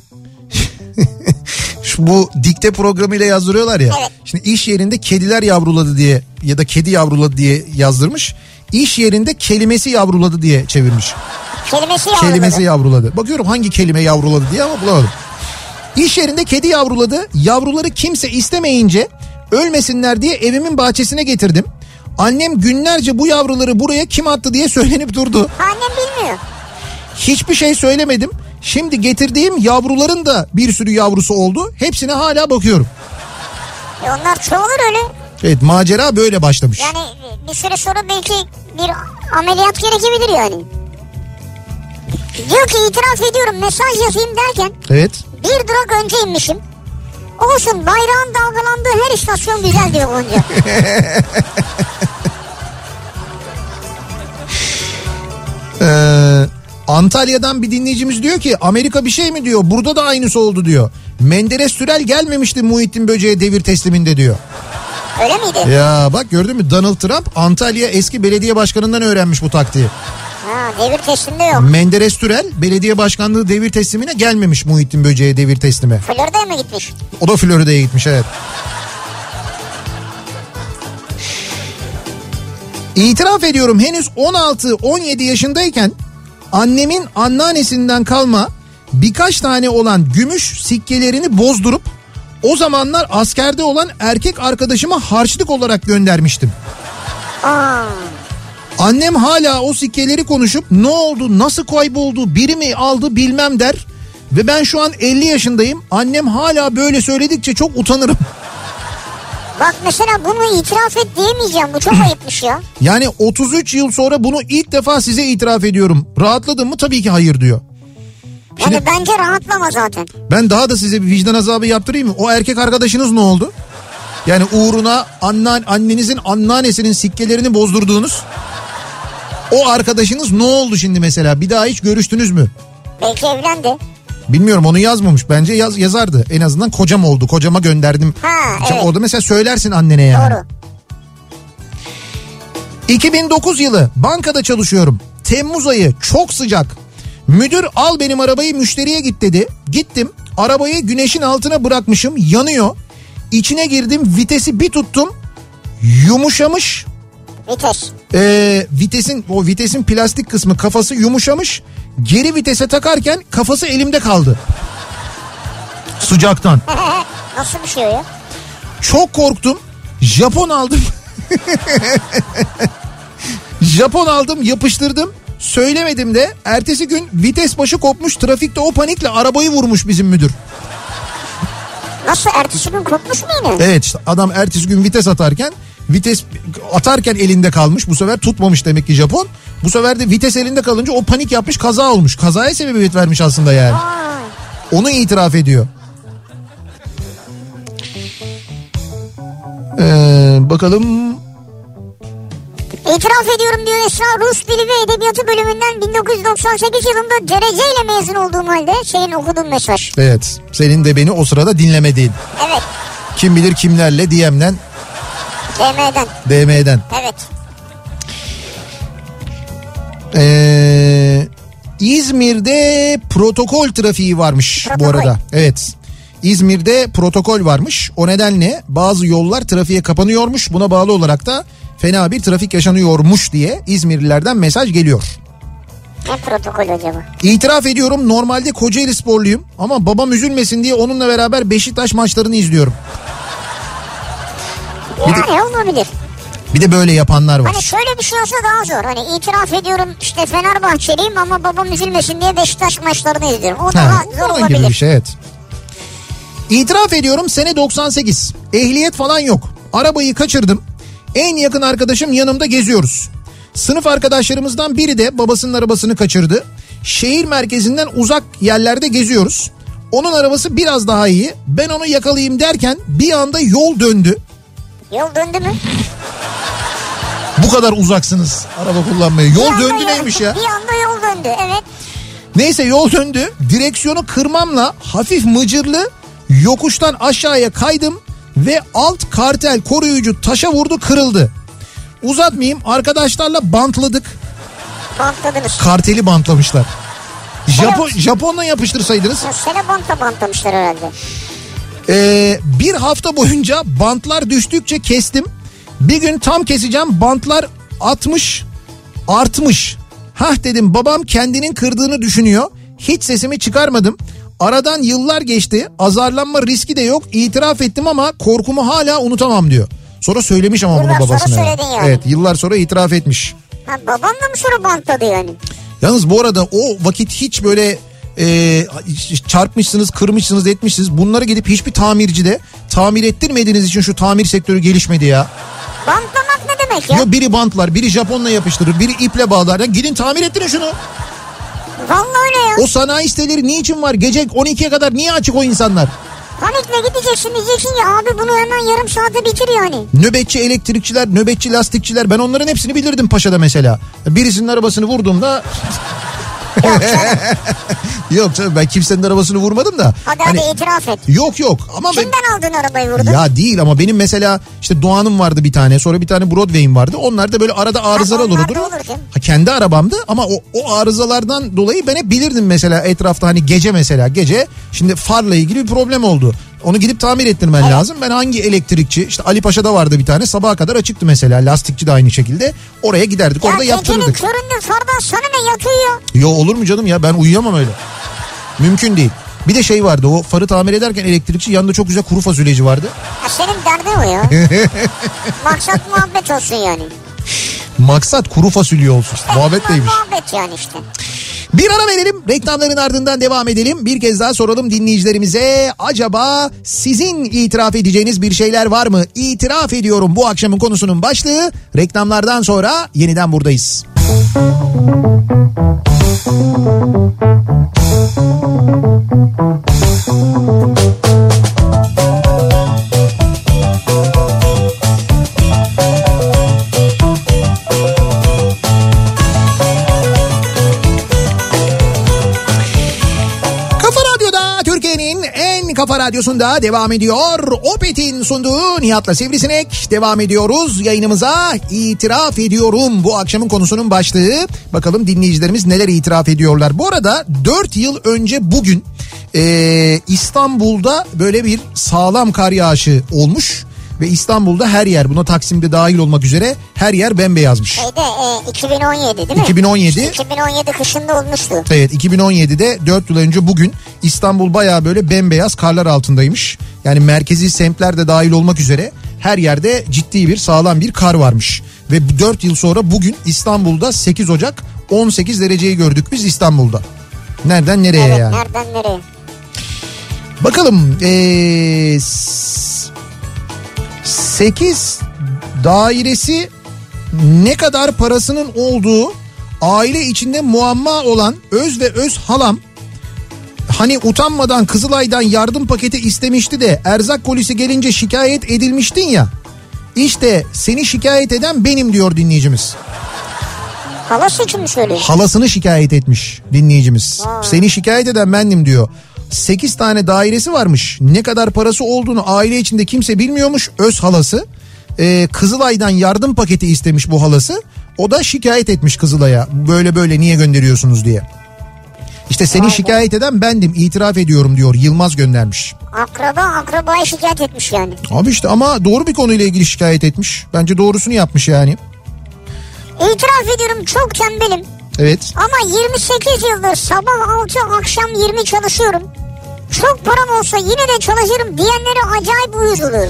bu dikte programıyla yazdırıyorlar ya. Evet. Şimdi iş yerinde kediler yavruladı diye ya da kedi yavruladı diye yazdırmış. İş yerinde kelimesi yavruladı diye çevirmiş. Kelimesi yavruladı. Bakıyorum hangi kelime yavruladı diye ama bulamadım. İş yerinde kedi yavruladı. Yavruları kimse istemeyince ölmesinler diye evimin bahçesine getirdim. Annem günlerce bu yavruları buraya kim attı diye söylenip durdu. Annem bilmiyor. Hiçbir şey söylemedim. Şimdi getirdiğim yavruların da bir sürü yavrusu oldu. Hepsine hala bakıyorum. Onlar çoğulur öyle. Evet, macera böyle başlamış. Yani bir süre sonra belki bir ameliyat gerekebilir yani. Diyor ki itiraf ediyorum, mesaj yazayım derken evet. bir durak önce inmişim. Olsun, bayrağın dalgalandığı her istasyon güzel diyor Gonca. Antalya'dan bir dinleyicimiz diyor ki Amerika bir şey mi diyor, burada da aynısı oldu diyor. Menderes Sürel gelmemişti Muhittin Böceğe devir tesliminde diyor. Öyle miydi? Ya bak, gördün mü, Donald Trump Antalya eski belediye başkanından öğrenmiş bu taktiği. Ha, devir teslimde yok. Menderes Sürel belediye başkanlığı devir teslimine gelmemiş Muhittin Böceğe devir teslimi. Florida'ya mı gitmiş? O da Florida'ya gitmiş, evet. İtiraf ediyorum, henüz 16-17 yaşındayken annemin anneannesinden kalma birkaç tane olan gümüş sikkelerini bozdurup o zamanlar askerde olan erkek arkadaşıma harçlık olarak göndermiştim. Annem hala o sikkeleri konuşup ne oldu, nasıl kayboldu, biri mi aldı bilmem der. Ve ben şu an 50 yaşındayım. Annem hala böyle söyledikçe çok utanırım. Bak mesela bunu itiraf et diyemeyeceğim. Bu çok ayıpmış ya. Yani 33 yıl sonra bunu ilk defa size itiraf ediyorum. Rahatladın mı? Tabii ki hayır diyor. Şimdi, yani bence rahatlama zaten. Ben daha da size bir vicdan azabı yaptırayım mı? O erkek arkadaşınız ne oldu? Yani uğruna annenizin anneannesinin sikkelerini bozdurduğunuz o arkadaşınız ne oldu şimdi mesela? Bir daha hiç görüştünüz mü? Belki evlendi. Bilmiyorum, onu yazmamış. Bence yazardı. En azından kocam oldu. Kocama gönderdim. Evet. Orada mesela söylersin annene yani. Doğru. 2009 yılı bankada çalışıyorum. Temmuz ayı, çok sıcak. Müdür al benim arabayı müşteriye git dedi. Gittim. Arabayı güneşin altına bırakmışım. Yanıyor. İçine girdim. Vitesi bir tuttum. Yumuşamış. Vites. Vitesin plastik kısmı, kafası yumuşamış. Geri vitese takarken kafası elimde kaldı. Sıcaktan. Nasıl bir şey ya? Çok korktum. Japon aldım. Japon aldım, yapıştırdım. Söylemedim de ertesi gün vites başı kopmuş, trafikte o panikle arabayı vurmuş bizim müdür. Nasıl, ertesi gün kopmuş mu yine? Evet, işte adam ertesi gün vites atarken elinde kalmış. Bu sefer tutmamış demek ki Japon. Bu sefer de vites elinde kalınca o panik yapmış, kaza olmuş. Kazaya sebebiyet vermiş aslında yani. Onu itiraf ediyor. Bakalım. İtiraf ediyorum diyor Esra. Rus Dili ve Edebiyatı bölümünden 1998 yılında dereceyle mezun olduğum halde senin okuduğun mesaj. Evet, senin de beni o sırada dinlemediğin. Evet. Kim bilir kimlerle DM'den. Evet. İzmir'de protokol trafiği varmış bu arada. Evet. İzmir'de protokol varmış. O nedenle bazı yollar trafiğe kapanıyormuş. Buna bağlı olarak da fena bir trafik yaşanıyormuş diye İzmirlilerden mesaj geliyor. Ne protokol acaba? İtiraf ediyorum, normalde Kocaeli sporluyum ama babam üzülmesin diye onunla beraber Beşiktaş maçlarını izliyorum. Yani olabilir. Bir de böyle yapanlar var. Hani şöyle bir şey olsa daha zor. Hani itiraf ediyorum işte Fenerbahçeliyim ama babam üzülmesin diye Beşiktaş maçlarını izliyorum. O daha zor olabilir. Gibi bir şey, evet. İtiraf ediyorum, sene 98. Ehliyet falan yok. Arabayı kaçırdım. En yakın arkadaşım yanımda, geziyoruz. Sınıf arkadaşlarımızdan biri de babasının arabasını kaçırdı. Şehir merkezinden uzak yerlerde geziyoruz. Onun arabası biraz daha iyi. Ben onu yakalayayım derken bir anda yol döndü. Yol döndü mü? Bu kadar uzaksınız araba kullanmaya. Yol döndü neymiş ya? Bir anda yol döndü, evet. Neyse, yol döndü. Direksiyonu kırmamla hafif mıcırlı yokuştan aşağıya kaydım ve alt kartel koruyucu taşa vurdu, kırıldı. Uzatmayayım, arkadaşlarla bantladık. Bantladınız. Karteli bantlamışlar. Japonla yapıştırsaydınız. Sene bantlamışlar herhalde. Bir hafta boyunca bantlar düştükçe kestim. Bir gün tam keseceğim, bantlar artmış. Hah dedim, babam kendinin kırdığını düşünüyor. Hiç sesimi çıkarmadım. Aradan yıllar geçti. Azarlanma riski de yok. İtiraf ettim ama korkumu hala unutamam diyor. Sonra söylemiş ama bunu babasına. Yıllar sonra söyledin yani. Evet, yıllar sonra itiraf etmiş. Ha, baban da mı sonra bantladı yani? Yalnız bu arada o vakit hiç böyle çarpmışsınız, kırmışsınız, etmişsiniz. Bunları gidip hiçbir tamircide tamir ettirmediğiniz için şu tamir sektörü gelişmedi ya. Bantlamak ne demek ya? Yo, biri bantlar, biri Japonla yapıştırır, biri iple bağlar. Yani gidin tamir ettirin şunu. Vallahi öyle ya. O sanayi siteleri niçin var? Gece 12'ye kadar niye açık o insanlar? Panikle gideceksin, diyeceksin ki abi bunu hemen yarım saate bitir yani. Nöbetçi elektrikçiler, nöbetçi lastikçiler, ben onların hepsini bilirdim Paşa'da mesela. Birisinin arabasını vurduğumda... Yok canım, ben kimsenin arabasını vurmadım da. Hadi itiraf et. Yok ama kimden aldın arabayı, vurdun? Ya değil ama benim mesela işte Doğan'ım vardı bir tane, sonra bir tane Broadway'im vardı. Onlar da böyle arada arızalar olurdu. Kendi arabamdı ama o arızalardan dolayı ben hep bilirdim mesela etrafta, hani gece şimdi farla ilgili bir problem oldu. Onu gidip tamir ettirmen lazım. Ben hangi elektrikçi, işte Ali Paşa'da vardı bir tane, sabaha kadar açıktı mesela, lastikçi de aynı şekilde. Oraya giderdik, orada yaptırırdık. Ya köründe fardan sana ne yatıyor? Yo, olur mu canım ya, ben uyuyamam öyle. Mümkün değil. Bir de şey vardı, o farı tamir ederken elektrikçi, yanında çok güzel kuru fasulyeci vardı. Ya senin derdin o ya. Maksat muhabbet olsun yani. Maksat kuru fasulye olsun. Muhabbet neymiş? Muhabbet yani işte. Bir ara verelim, reklamların ardından devam edelim. Bir kez daha soralım dinleyicilerimize, acaba sizin itiraf edeceğiniz bir şeyler var mı? İtiraf ediyorum bu akşamın konusunun başlığı. Reklamlardan sonra yeniden buradayız. Kafa Radyosu'nda devam ediyor. Opet'in sunduğu Nihat'la Sivrisinek. Devam ediyoruz yayınımıza. İtiraf ediyorum bu akşamın konusunun başlığı. Bakalım dinleyicilerimiz neler itiraf ediyorlar. Bu arada 4 yıl önce bugün İstanbul'da böyle bir sağlam kar yağışı olmuş. Ve İstanbul'da her yer, buna Taksim'de dahil olmak üzere, her yer bembeyazmış. 2017 değil mi? 2017. 2017 kışında olmuştu. Evet, 2017'de 4 yıl önce bugün İstanbul bayağı böyle bembeyaz karlar altındaymış. Yani merkezi semtler de dahil olmak üzere her yerde ciddi bir, sağlam bir kar varmış. Ve 4 yıl sonra bugün İstanbul'da 8 Ocak 18 dereceyi gördük biz İstanbul'da. Nereden nereye evet, yani? Nereden nereye? Bakalım 8 dairesi ne kadar parasının olduğu aile içinde muamma olan öz ve öz halam, hani utanmadan Kızılay'dan yardım paketi istemişti de erzak kolisi gelince şikayet edilmiştin ya, işte seni şikayet eden benim diyor dinleyicimiz. Halası için mi söylüyor? Halasını şikayet etmiş dinleyicimiz. Seni şikayet eden bendim diyor. 8 tane dairesi varmış. Ne kadar parası olduğunu aile içinde kimse bilmiyormuş. Öz halası. Kızılay'dan yardım paketi istemiş bu halası. O da şikayet etmiş Kızılay'a. Böyle böyle niye gönderiyorsunuz diye. İşte seni şikayet eden bendim, itiraf ediyorum diyor. Yılmaz göndermiş. Akrabaya şikayet etmiş yani. Abi işte, ama doğru bir konuyla ilgili şikayet etmiş. Bence doğrusunu yapmış yani. İtiraf ediyorum, çok tembelim. Evet. Ama 28 yıldır sabah 6 akşam 20 çalışıyorum. Çok param olsa yine de çalışırım diyenlere acayip uyuz oluyorum.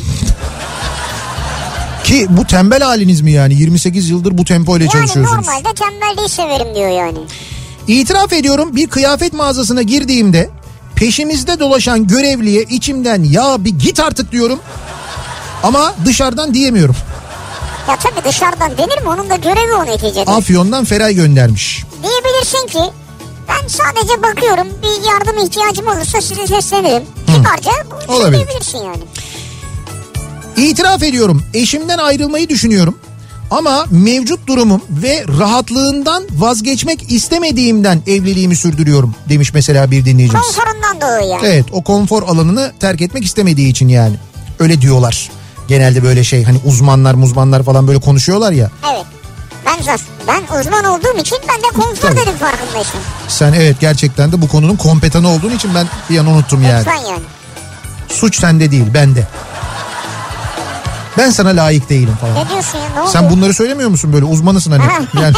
Ki bu tembel haliniz mi yani? 28 yıldır bu tempo ile çalışıyorsunuz. Yani normalde tembelliği severim diyor yani. İtiraf ediyorum, bir kıyafet mağazasına girdiğimde peşimizde dolaşan görevliye içimden ya bir git artık diyorum. Ama dışarıdan diyemiyorum. Ya tabii dışarıdan denir mi? Onun da görevi o neticede. Afyon'dan Feray göndermiş. Diyebilirsin ki ben sadece bakıyorum, bir yardım ihtiyacım olursa size seslenirim. Kibarca diyebilirsin yani. İtiraf ediyorum, eşimden ayrılmayı düşünüyorum. Ama mevcut durumum ve rahatlığından vazgeçmek istemediğimden evliliğimi sürdürüyorum demiş mesela bir dinleyicimiz. Konforundan dolayı yani. Evet, o konfor alanını terk etmek istemediği için yani. Öyle diyorlar. Genelde böyle şey, hani uzmanlar falan böyle konuşuyorlar ya. Evet. Ben uzman olduğum için ben de konfor dedim, farkındaysan. Sen evet, gerçekten de bu konunun kompetanı olduğun için ben bir an unuttum yani. Lütfen yani. Suç sende değil, bende. Ben sana layık değilim falan. Ne diyorsun ya, ne oluyor? Sen bunları söylemiyor musun, böyle uzmanısın hani? Yani.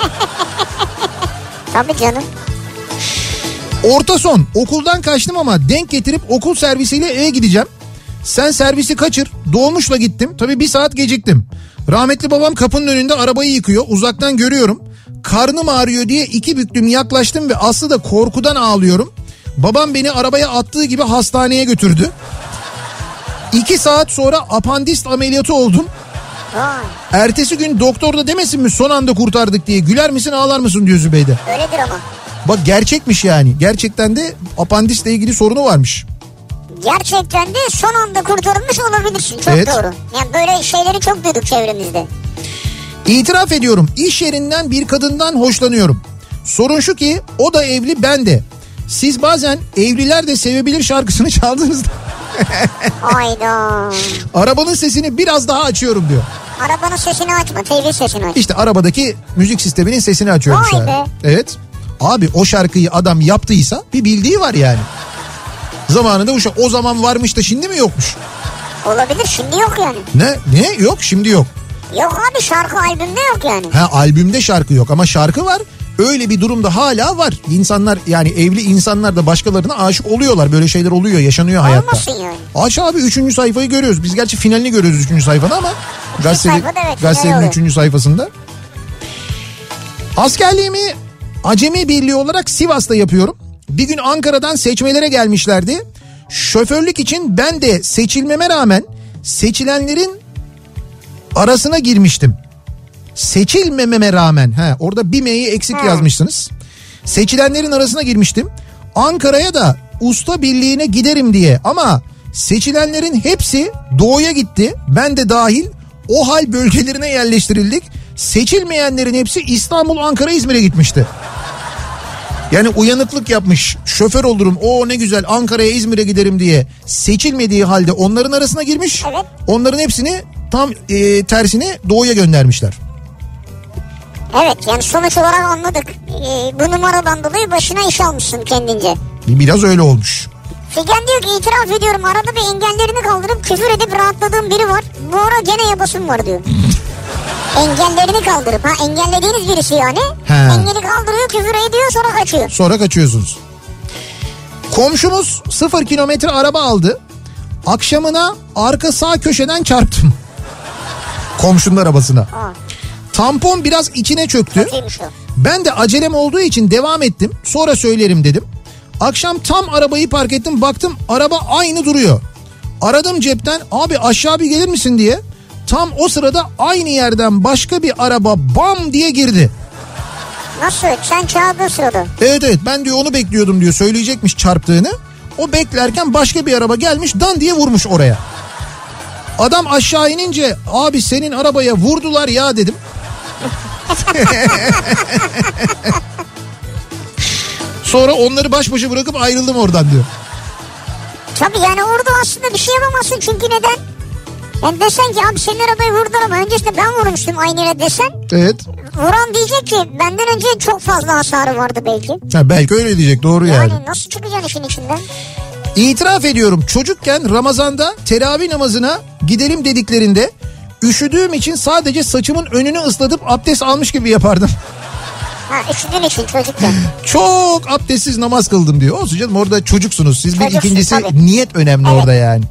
Tabii canım. Orta son, okuldan kaçtım ama denk getirip okul servisiyle eve gideceğim. Sen servisi kaçır, dolmuşla gittim. Tabii 1 saat geciktim. Rahmetli babam kapının önünde arabayı yıkıyor. Uzaktan görüyorum. Karnım ağrıyor diye 2 büklüm yaklaştım ve Aslı da korkudan ağlıyorum. Babam beni arabaya attığı gibi hastaneye götürdü. 2 saat sonra apandist ameliyatı oldum. Ertesi gün doktor da demesin mi son anda kurtardık diye, güler misin ağlar mısın diyor Zübeyde. Öyledir ama. Bak gerçekmiş yani. Gerçekten de apandisle ilgili sorunu varmış. Gerçekten de son anda kurtarılmış olabilirsin. Çok evet. Doğru. Yani böyle şeyleri çok duyduk çevremizde. İtiraf ediyorum, iş yerinden bir kadından hoşlanıyorum. Sorun şu ki o da evli, ben de. Siz bazen evliler de sevebilir şarkısını çaldığınızda. Hayda. Arabanın sesini biraz daha açıyorum diyor. Arabanın sesini açma, TV sesini aç. İşte arabadaki müzik sisteminin sesini açıyormuş yani. Evet. Abi o şarkıyı adam yaptıysa bir bildiği var yani. Zamanında o zaman varmış da şimdi mi yokmuş? Olabilir, şimdi yok yani. Ne? Yok, şimdi yok. Yok abi, şarkı albümde yok yani. Ha, albümde şarkı yok ama şarkı var. Öyle bir durumda hala var. İnsanlar, yani evli insanlar da başkalarına aşık oluyorlar. Böyle şeyler oluyor, yaşanıyor hayatta. Olmasın yani. Aç abi 3. sayfayı görüyoruz. Biz gerçi finalini görüyoruz 3. sayfada ama gazetenin 3. sayfasında. Askerliğimi Acemi Birliği olarak Sivas'ta yapıyorum. Bir gün Ankara'dan seçmelere gelmişlerdi. Şoförlük için ben de seçilmeme rağmen seçilenlerin arasına girmiştim. Seçilmememe rağmen. Orada bir M'yi eksik yazmışsınız. Seçilenlerin arasına girmiştim. Ankara'ya da usta birliğine giderim diye, ama seçilenlerin hepsi doğuya gitti. Ben de dahil o hal bölgelerine yerleştirildik. Seçilmeyenlerin hepsi İstanbul, Ankara, İzmir'e gitmişti. Yani uyanıklık yapmış. Şoför olurum, o ne güzel, Ankara'ya, İzmir'e giderim diye. Seçilmediği halde onların arasına girmiş. Evet. Onların hepsini tam tersine doğuya göndermişler. Evet, yani sonuç olarak anladık. Bu numaradan dolayı başına iş almışsın kendince. Biraz öyle olmuş. Figen diyor ki, itiraf ediyorum, arada bir engellerini kaldırıp küfür edip rahatladığım biri var. Bu ara gene yapasım var diyor. Engellerini kaldırıp, engellediğiniz birisi yani. Engeli kaldırıyor, küfür ediyor, sonra kaçıyor. Sonra kaçıyorsunuz. Komşumuz 0 kilometre araba aldı. Akşamına arka sağ köşeden çarptım. Komşunun arabasına. Tampon biraz içine çöktü. Ben de acelem olduğu için devam ettim. Sonra söylerim dedim. Akşam tam arabayı park ettim, baktım araba aynı duruyor. Aradım cepten, abi aşağı bir gelir misin diye. Tam o sırada aynı yerden başka bir araba bam diye girdi. Nasıl? Sen çağırdın sırada. Evet, ben diyor onu bekliyordum diyor, söyleyecekmiş çarptığını. O beklerken başka bir araba gelmiş, dan diye vurmuş oraya. Adam aşağı inince, abi senin arabaya vurdular ya dedim. Sonra onları baş başa bırakıp ayrıldım oradan diyor. Tabii yani orada aslında bir şey yapamazsın, çünkü neden? Yani desen ki abi senin arabayı vurdular ama öncesinde ben vurmuştum aynı yere desen. Evet. Vuran diyecek ki benden önce çok fazla hasarı vardı belki. Belki öyle diyecek, doğru yani. Yani nasıl çıkacaksın işin içinden? İtiraf ediyorum, çocukken Ramazan'da teravih namazına gidelim dediklerinde üşüdüğüm için sadece saçımın önünü ıslatıp abdest almış gibi yapardım. Üşüdüğün için çocukken. Çok abdestsiz namaz kıldım diyor. Olsun canım, orada çocuksunuz. Siz bir, Çocuksun, ikincisi tabii. Niyet önemli orada yani.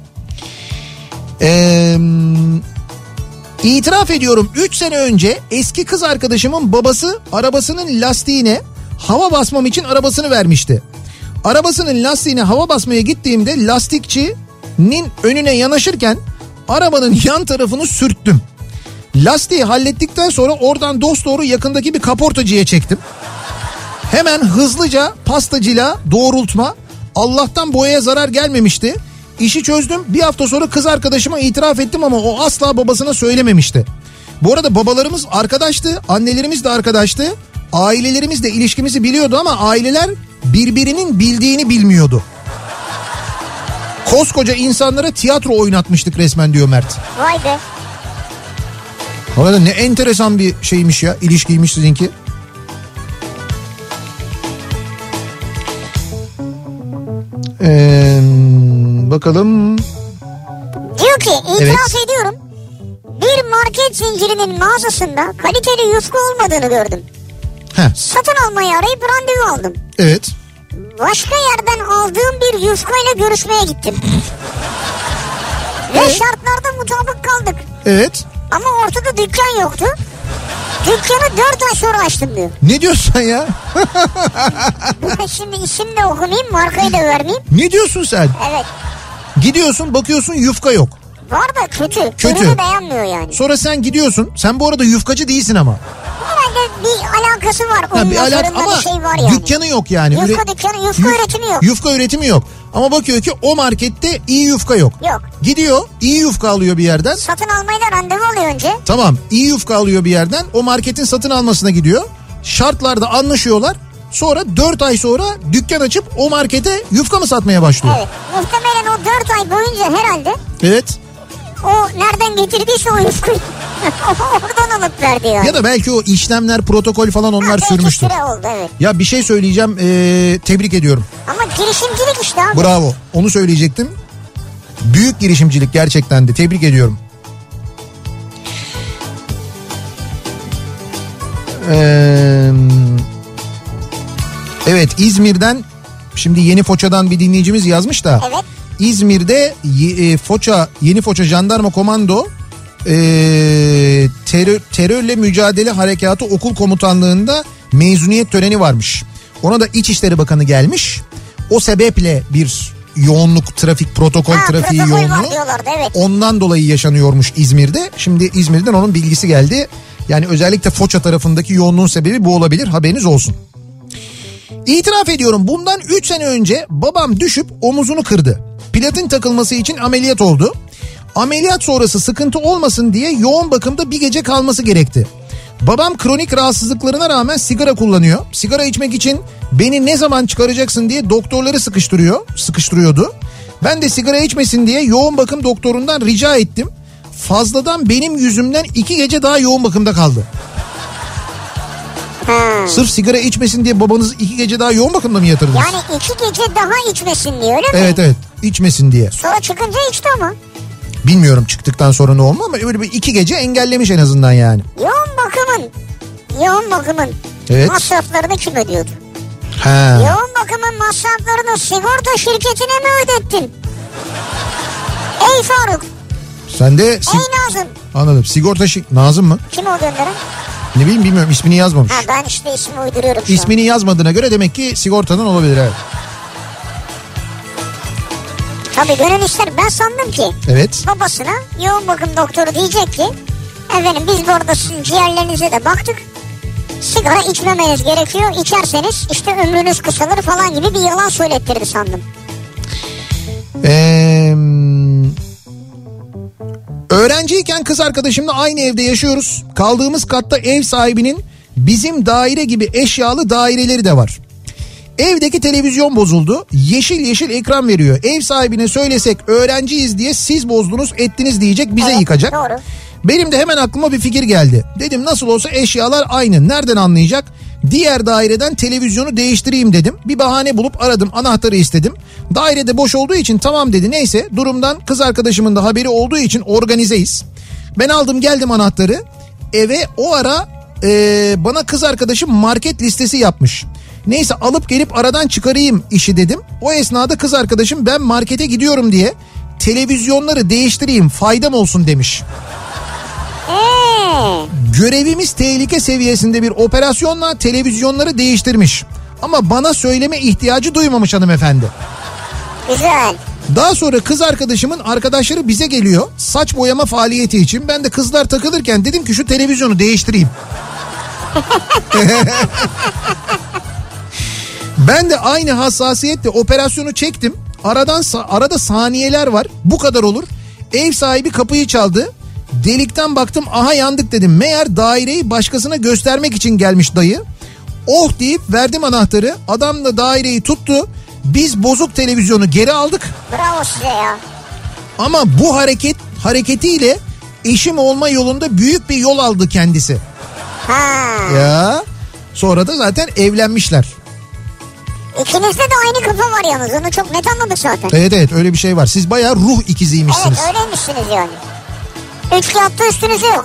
İtiraf ediyorum, 3 sene önce eski kız arkadaşımın babası arabasının lastiğine hava basmam için arabasını vermişti. Arabasının lastiğine hava basmaya gittiğimde lastikçinin önüne yanaşırken arabanın yan tarafını sürttüm. Lastiği hallettikten sonra oradan dosdoğru yakındaki bir kaportacıya çektim. Hemen hızlıca pastacıyla doğrultma. Allah'tan boyaya zarar gelmemişti. İşi çözdüm. Bir hafta sonra kız arkadaşıma itiraf ettim ama o asla babasına söylememişti. Bu arada babalarımız arkadaştı, annelerimiz de arkadaştı. Ailelerimiz de ilişkimizi biliyordu ama aileler birbirinin bildiğini bilmiyordu. Koskoca insanlara tiyatro oynatmıştık resmen diyor Mert. Vay be. Orada ne enteresan bir şeymiş ya, ilişkiymiş sizinki. Bakalım. Diyor ki itiraf ediyorum. Bir market zincirinin mağazasında kaliteli yufka olmadığını gördüm. Satın almayı arayıp randevu aldım. Evet. Başka yerden aldığım bir yufkayla görüşmeye gittim. Ve şartlarda mutabık kaldık. Evet. Ama ortada dükkan yoktu. Dükkanı 4 ay sonra açtım diyor. Ne diyorsun sen ya? Şimdi isim de okumayayım, markayı da vermeyeyim. Ne diyorsun sen? Evet. Gidiyorsun, bakıyorsun yufka yok. Var da kötü. Ürünü beğenmiyor yani. Sonra sen gidiyorsun. Sen bu arada yufkacı değilsin ama. Herhalde bir alakası var. Onun ama bir şey var yani. Dükkanı yok yani. Yufka dükkanı, yufka üretimi yok. Yufka üretimi yok. Ama bakıyor ki o markette iyi yufka yok. Yok. Gidiyor, iyi yufka alıyor bir yerden. Satın almayı da randevu alıyor önce. Tamam, iyi yufka alıyor bir yerden. O marketin satın almasına gidiyor. Şartlarda anlaşıyorlar. Sonra 4 ay sonra dükkan açıp o markete yufka mı satmaya başlıyor? Evet. Muhtemelen o 4 ay boyunca herhalde. Evet. O nereden getirdiyse o yufkayı oradan alıp verdi yani. Ya da belki o işlemler, protokol falan onlar sürmüştür. Oldu, evet. Ya bir şey söyleyeceğim, tebrik ediyorum. Ama girişimcilik işte abi. Bravo. Onu söyleyecektim. Büyük girişimcilik gerçekten de. Tebrik ediyorum. Evet, İzmir'den şimdi Yeni Foça'dan bir dinleyicimiz yazmış da. Evet. İzmir'de Yeni Foça Jandarma Komando terörle mücadele harekatı okul komutanlığında mezuniyet töreni varmış. Ona da İçişleri Bakanı gelmiş. O sebeple bir yoğunluk, trafiği yoğunluğu. Evet. Ondan dolayı yaşanıyormuş İzmir'de. Şimdi İzmir'den onun bilgisi geldi. Yani özellikle Foça tarafındaki yoğunluğun sebebi bu olabilir. Haberiniz olsun. İtiraf ediyorum, bundan 3 sene önce babam düşüp omuzunu kırdı. Platin takılması için ameliyat oldu. Ameliyat sonrası sıkıntı olmasın diye yoğun bakımda bir gece kalması gerekti. Babam kronik rahatsızlıklarına rağmen sigara kullanıyor. Sigara içmek için beni ne zaman çıkaracaksın diye doktorları sıkıştırıyordu. Ben de sigara içmesin diye yoğun bakım doktorundan rica ettim. Fazladan benim yüzümden 2 gece daha yoğun bakımda kaldı. Sırf sigara içmesin diye babanızı 2 gece daha yoğun bakımda mı yatırdınız? Yani 2 gece daha içmesin diye, öyle mi? Evet, içmesin diye. Sonra çıkınca içti ama. Bilmiyorum çıktıktan sonra ne oldu ama öyle bir 2 gece engellemiş en azından yani. Yoğun bakımın evet. Masraflarını kim ödüyordu? Yoğun bakımın masraflarını sigorta şirketine mi ödettin? Ey Faruk. Sen de... Ey Nazım. Anladım. Sigorta Nazım mı? Kim o gönderen? Ne bileyim, bilmiyorum, ismini yazmamış. Ben işte ismi uyduruyorum. İsmini yazmadığına göre demek ki sigortadan olabilir, evet. Tabii gönül ister. Ben sandım ki evet. Babasına yoğun bakım doktoru diyecek ki efendim biz bu arada sizin ciğerlerinize de baktık. Sigara içmemeniz gerekiyor. İçerseniz işte ömrünüz kısalır falan gibi bir yalan söylettirdi sandım. Öğrenciyken kız arkadaşımla aynı evde yaşıyoruz. Kaldığımız katta ev sahibinin bizim daire gibi eşyalı daireleri de var. Evdeki televizyon bozuldu. Yeşil yeşil ekran veriyor. Ev sahibine söylesek öğrenciyiz diye siz bozdunuz ettiniz diyecek, bize yıkacak. Doğru. Benim de hemen aklıma bir fikir geldi. Dedim nasıl olsa eşyalar aynı. Nereden anlayacak? Diğer daireden televizyonu değiştireyim dedim. Bir bahane bulup aradım, anahtarı istedim. Dairede boş olduğu için tamam dedi. Neyse, durumdan kız arkadaşımın da haberi olduğu için organizeyiz. Ben aldım geldim anahtarı. Eve o ara bana kız arkadaşım market listesi yapmış. Neyse alıp gelip aradan çıkarayım işi dedim. O esnada kız arkadaşım ben markete gidiyorum diye televizyonları değiştireyim faydam olsun demiş. Görevimiz tehlike seviyesinde bir operasyonla televizyonları değiştirmiş. Ama bana söyleme ihtiyacı duymamış hanımefendi. Güzel. Daha sonra kız arkadaşımın arkadaşları bize geliyor saç boyama faaliyeti için. Ben de kızlar takılırken dedim ki şu televizyonu değiştireyim. Ben de aynı hassasiyetle operasyonu çektim. Arada saniyeler var. Bu kadar olur. Ev sahibi kapıyı çaldı. Delikten baktım, aha yandık dedim. Meğer daireyi başkasına göstermek için gelmiş dayı. Oh deyip verdim anahtarı. Adam da daireyi tuttu. Biz bozuk televizyonu geri aldık. Bravo size ya. Ama bu hareketiyle eşim olma yolunda büyük bir yol aldı kendisi. Ya sonra da zaten evlenmişler. İkinizde de aynı kafa var yalnız, onu çok net anladık zaten. Evet öyle bir şey var. Siz bayağı ruh ikiziymişsiniz. Evet öyleymişsiniz yani. Üç kağıtta üstünüzde yok.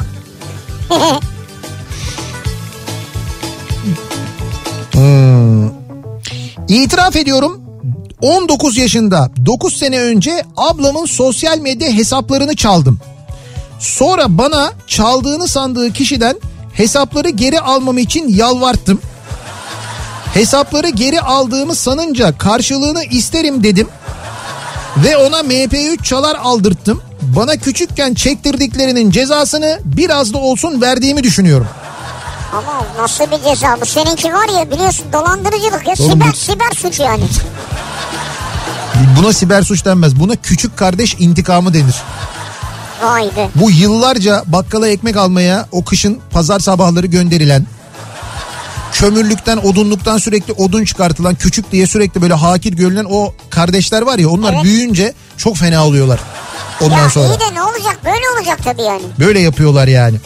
İtiraf ediyorum, 19 yaşında 9 sene önce ablamın sosyal medya hesaplarını çaldım. Sonra bana çaldığını sandığı kişiden hesapları geri almam için yalvarttım. Hesapları geri aldığımı sanınca karşılığını isterim dedim. Ve ona MP3 çalar aldırttım. Bana küçükken çektirdiklerinin cezasını biraz da olsun verdiğimi düşünüyorum. Ama nasıl bir ceza bu? Seninki var ya, biliyorsun, dolandırıcılık ya. Siber suç yani. Buna siber suç denmez. Buna küçük kardeş intikamı denir. Vay be. Bu yıllarca bakkala ekmek almaya o kışın pazar sabahları gönderilen, kömürlükten, odunluktan sürekli odun çıkartılan, küçük diye sürekli böyle hakir görülen o kardeşler var ya, onlar büyüyünce çok fena oluyorlar. Ondan ya sonra. İyi de ne olacak? Böyle olacak tabii yani. Böyle yapıyorlar yani.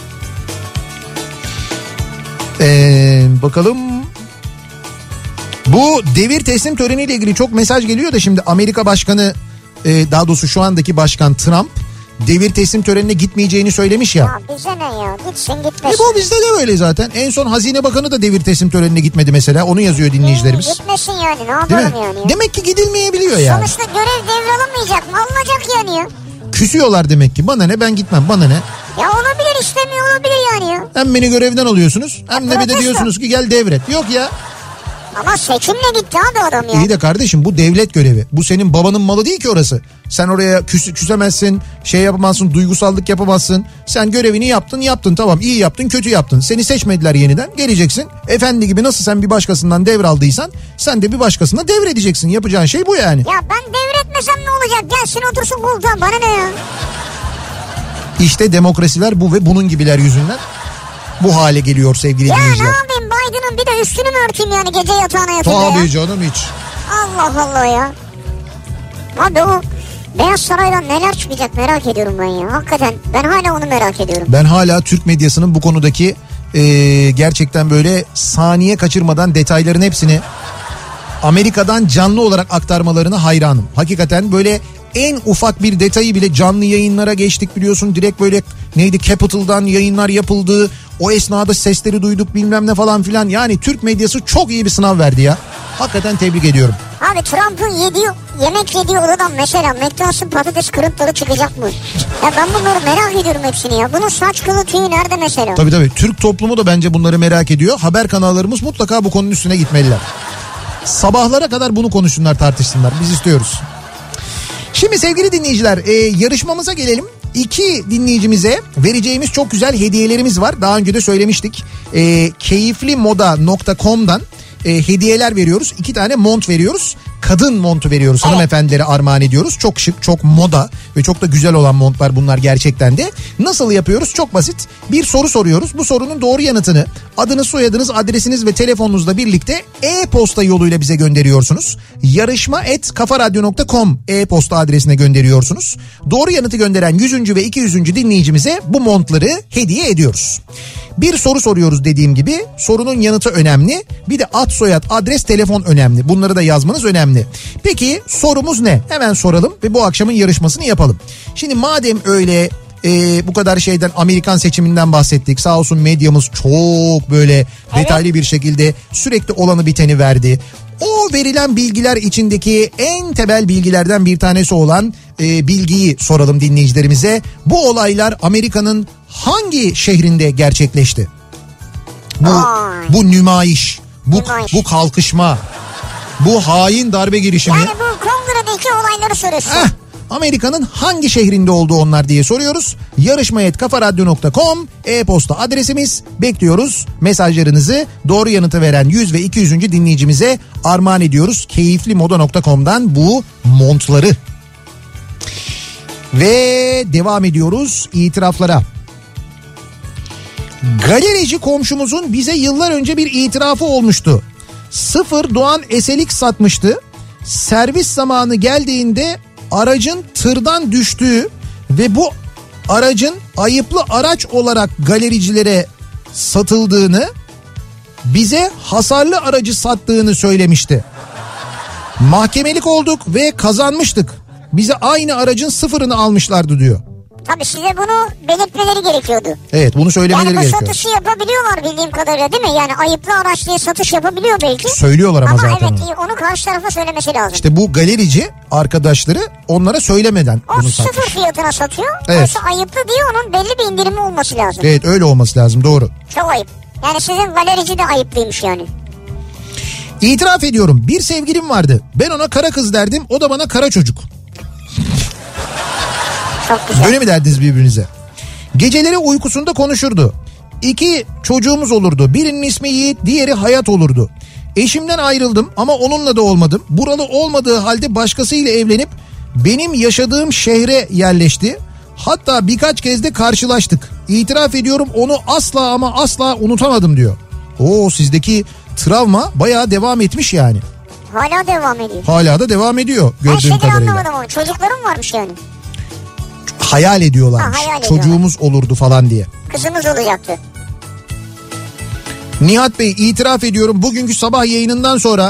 Bakalım. Bu devir teslim töreniyle ilgili çok mesaj geliyor da şimdi Amerika Başkanı, daha doğrusu şu andaki Başkan Trump devir teslim törenine gitmeyeceğini söylemiş ya. Ya bize ne ya, gitsin gitmesin. Bu bizde de öyle zaten. En son Hazine Bakanı da devir teslim törenine gitmedi mesela. Onu yazıyor dinleyicilerimiz. Gitmesin yani, ne yapalım yani. Demek ki gidilmeyebiliyor yani. Sonuçta görev devralınmayacak mı? Alınacak yani ya. Küsüyorlar demek ki. Bana ne, ben gitmem, bana ne. Ya olabilir, istemiyor olabilir yani ya. Hem beni görevden alıyorsunuz hem de bir de diyorsunuz ki gel devret. Yok ya. Ama seçimle gitti abi adam ya. İyi de kardeşim bu devlet görevi. Bu senin babanın malı değil ki orası. Sen oraya küsemezsin, şey yapamazsın, duygusallık yapamazsın. Sen görevini yaptın tamam, iyi yaptın, kötü yaptın. Seni seçmediler yeniden, geleceksin. Efendi gibi nasıl sen bir başkasından devraldıysan sen de bir başkasına devredeceksin. Yapacağın şey bu yani. Ya ben devretmesem ne olacak? Gelsin otursun koltuğa, bana ne ya? İşte demokrasiler bu ve bunun gibiler yüzünden bu hale geliyor sevgili dinleyiciler. Ya ne yapayım, Biden'ın bir de üstünü mü örteyim yani gece yatağına yatınca ya? Tabii canım, hiç. Allah Allah ya. Abi o Beyaz Saray'dan neler çıkacak merak ediyorum ben ya. Hakikaten ben hala onu merak ediyorum. Ben hala Türk medyasının bu konudaki gerçekten böyle saniye kaçırmadan detayların hepsini Amerika'dan canlı olarak aktarmalarına hayranım. Hakikaten böyle en ufak bir detayı bile canlı yayınlara geçtik biliyorsun. Direkt böyle neydi, Capital'dan yayınlar yapıldı. O esnada sesleri duyduk bilmem ne falan filan. Yani Türk medyası çok iyi bir sınav verdi ya. Hakikaten tebrik ediyorum. Abi Trump'ın yemek yediği odadan mesela McDonald's'ın patates kırıntıları çıkacak mı? Ya ben bunları merak ediyorum hepsini ya. Bunun saç kılı tüyü nerede mesela? Tabii. Türk toplumu da bence bunları merak ediyor. Haber kanallarımız mutlaka bu konunun üstüne gitmeliler. Sabahlara kadar bunu konuşsunlar, tartışsınlar. Biz istiyoruz. Şimdi sevgili dinleyiciler, yarışmamıza gelelim. 2 dinleyicimize vereceğimiz çok güzel hediyelerimiz var. Daha önce de söylemiştik. Keyiflimoda.com'dan hediyeler veriyoruz. 2 tane mont veriyoruz. Kadın montu veriyoruz. Hanımefendilere armağan ediyoruz. Çok şık, çok moda ve çok da güzel olan montlar bunlar gerçekten de. Nasıl yapıyoruz? Çok basit. Bir soru soruyoruz. Bu sorunun doğru yanıtını adınız, soyadınız, adresiniz ve telefonunuzla birlikte e-posta yoluyla bize gönderiyorsunuz. yarışma@kafaradyo.com e-posta adresine gönderiyorsunuz. Doğru yanıtı gönderen 100. ve 200. dinleyicimize bu montları hediye ediyoruz. Bir soru soruyoruz dediğim gibi. Sorunun yanıtı önemli. Bir de ad, soyad, adres, telefon önemli. Bunları da yazmanız önemli. Peki sorumuz ne? Hemen soralım ve bu akşamın yarışmasını yapalım. Şimdi madem öyle bu kadar şeyden, Amerikan seçiminden bahsettik. Sağ olsun medyamız çok böyle detaylı bir şekilde sürekli olanı biteni verdi. O verilen bilgiler içindeki en temel bilgilerden bir tanesi olan bilgiyi soralım dinleyicilerimize. Bu olaylar Amerika'nın hangi şehrinde gerçekleşti? Bu nümayiş, bu kalkışma, bu hain darbe girişimi. Yani bu kongredeki olayları soruyorsun. Amerika'nın hangi şehrinde oldu onlar diye soruyoruz. Yarışma@kafaradyo.com e-posta adresimiz. Bekliyoruz mesajlarınızı. Doğru yanıtı veren 100 ve 200. dinleyicimize armağan ediyoruz. Keyiflimoda.com'dan bu montları. Ve devam ediyoruz itiraflara. Galerici komşumuzun bize yıllar önce bir itirafı olmuştu. 0 Doğan Eselik satmıştı. Servis zamanı geldiğinde aracın tırdan düştüğü ve bu aracın ayıplı araç olarak galericilere satıldığını, bize hasarlı aracı sattığını söylemişti. Mahkemelik olduk ve kazanmıştık. Bize aynı aracın 0'ını almışlardı diyor. Tabii size bunu belirtmeleri gerekiyordu. Evet, bunu söylemeleri gerekiyor. Yani bu satışı yapabiliyorlar bildiğim kadarıyla değil mi? Yani ayıplı araç diye satış yapabiliyor belki. Söylüyorlar ama zaten. Ama evet, onu karşı tarafa söylemesi lazım. İşte bu galerici arkadaşları onlara söylemeden o bunu satmış. 0 fiyatına satıyor. Evet. Oysa ayıplı diye onun belli bir indirimi olması lazım. Evet, öyle olması lazım, doğru. Çok ayıp. Yani sizin galerici de ayıplıymış yani. İtiraf ediyorum, bir sevgilim vardı. Ben ona kara kız derdim, o da bana kara çocuk. Çok güzel. Böyle mi derdiniz birbirinize? Geceleri uykusunda konuşurdu. 2 çocuğumuz olurdu. Birinin ismi Yiğit, diğeri Hayat olurdu. Eşimden ayrıldım ama onunla da olmadım. Buralı olmadığı halde başkasıyla evlenip benim yaşadığım şehre yerleşti. Hatta birkaç kez de karşılaştık. İtiraf ediyorum, onu asla ama asla unutamadım diyor. Oo, sizdeki travma bayağı devam etmiş yani. Hala devam ediyor. Hala da devam ediyor gördüğüm kadarıyla. Ben anlamadım onu. Çocuklarım varmış yani. Hayal ediyorlarmış. Çocuğumuz olurdu falan diye. Kızımız olacaktı. Nihat Bey, itiraf ediyorum, bugünkü sabah yayınından sonra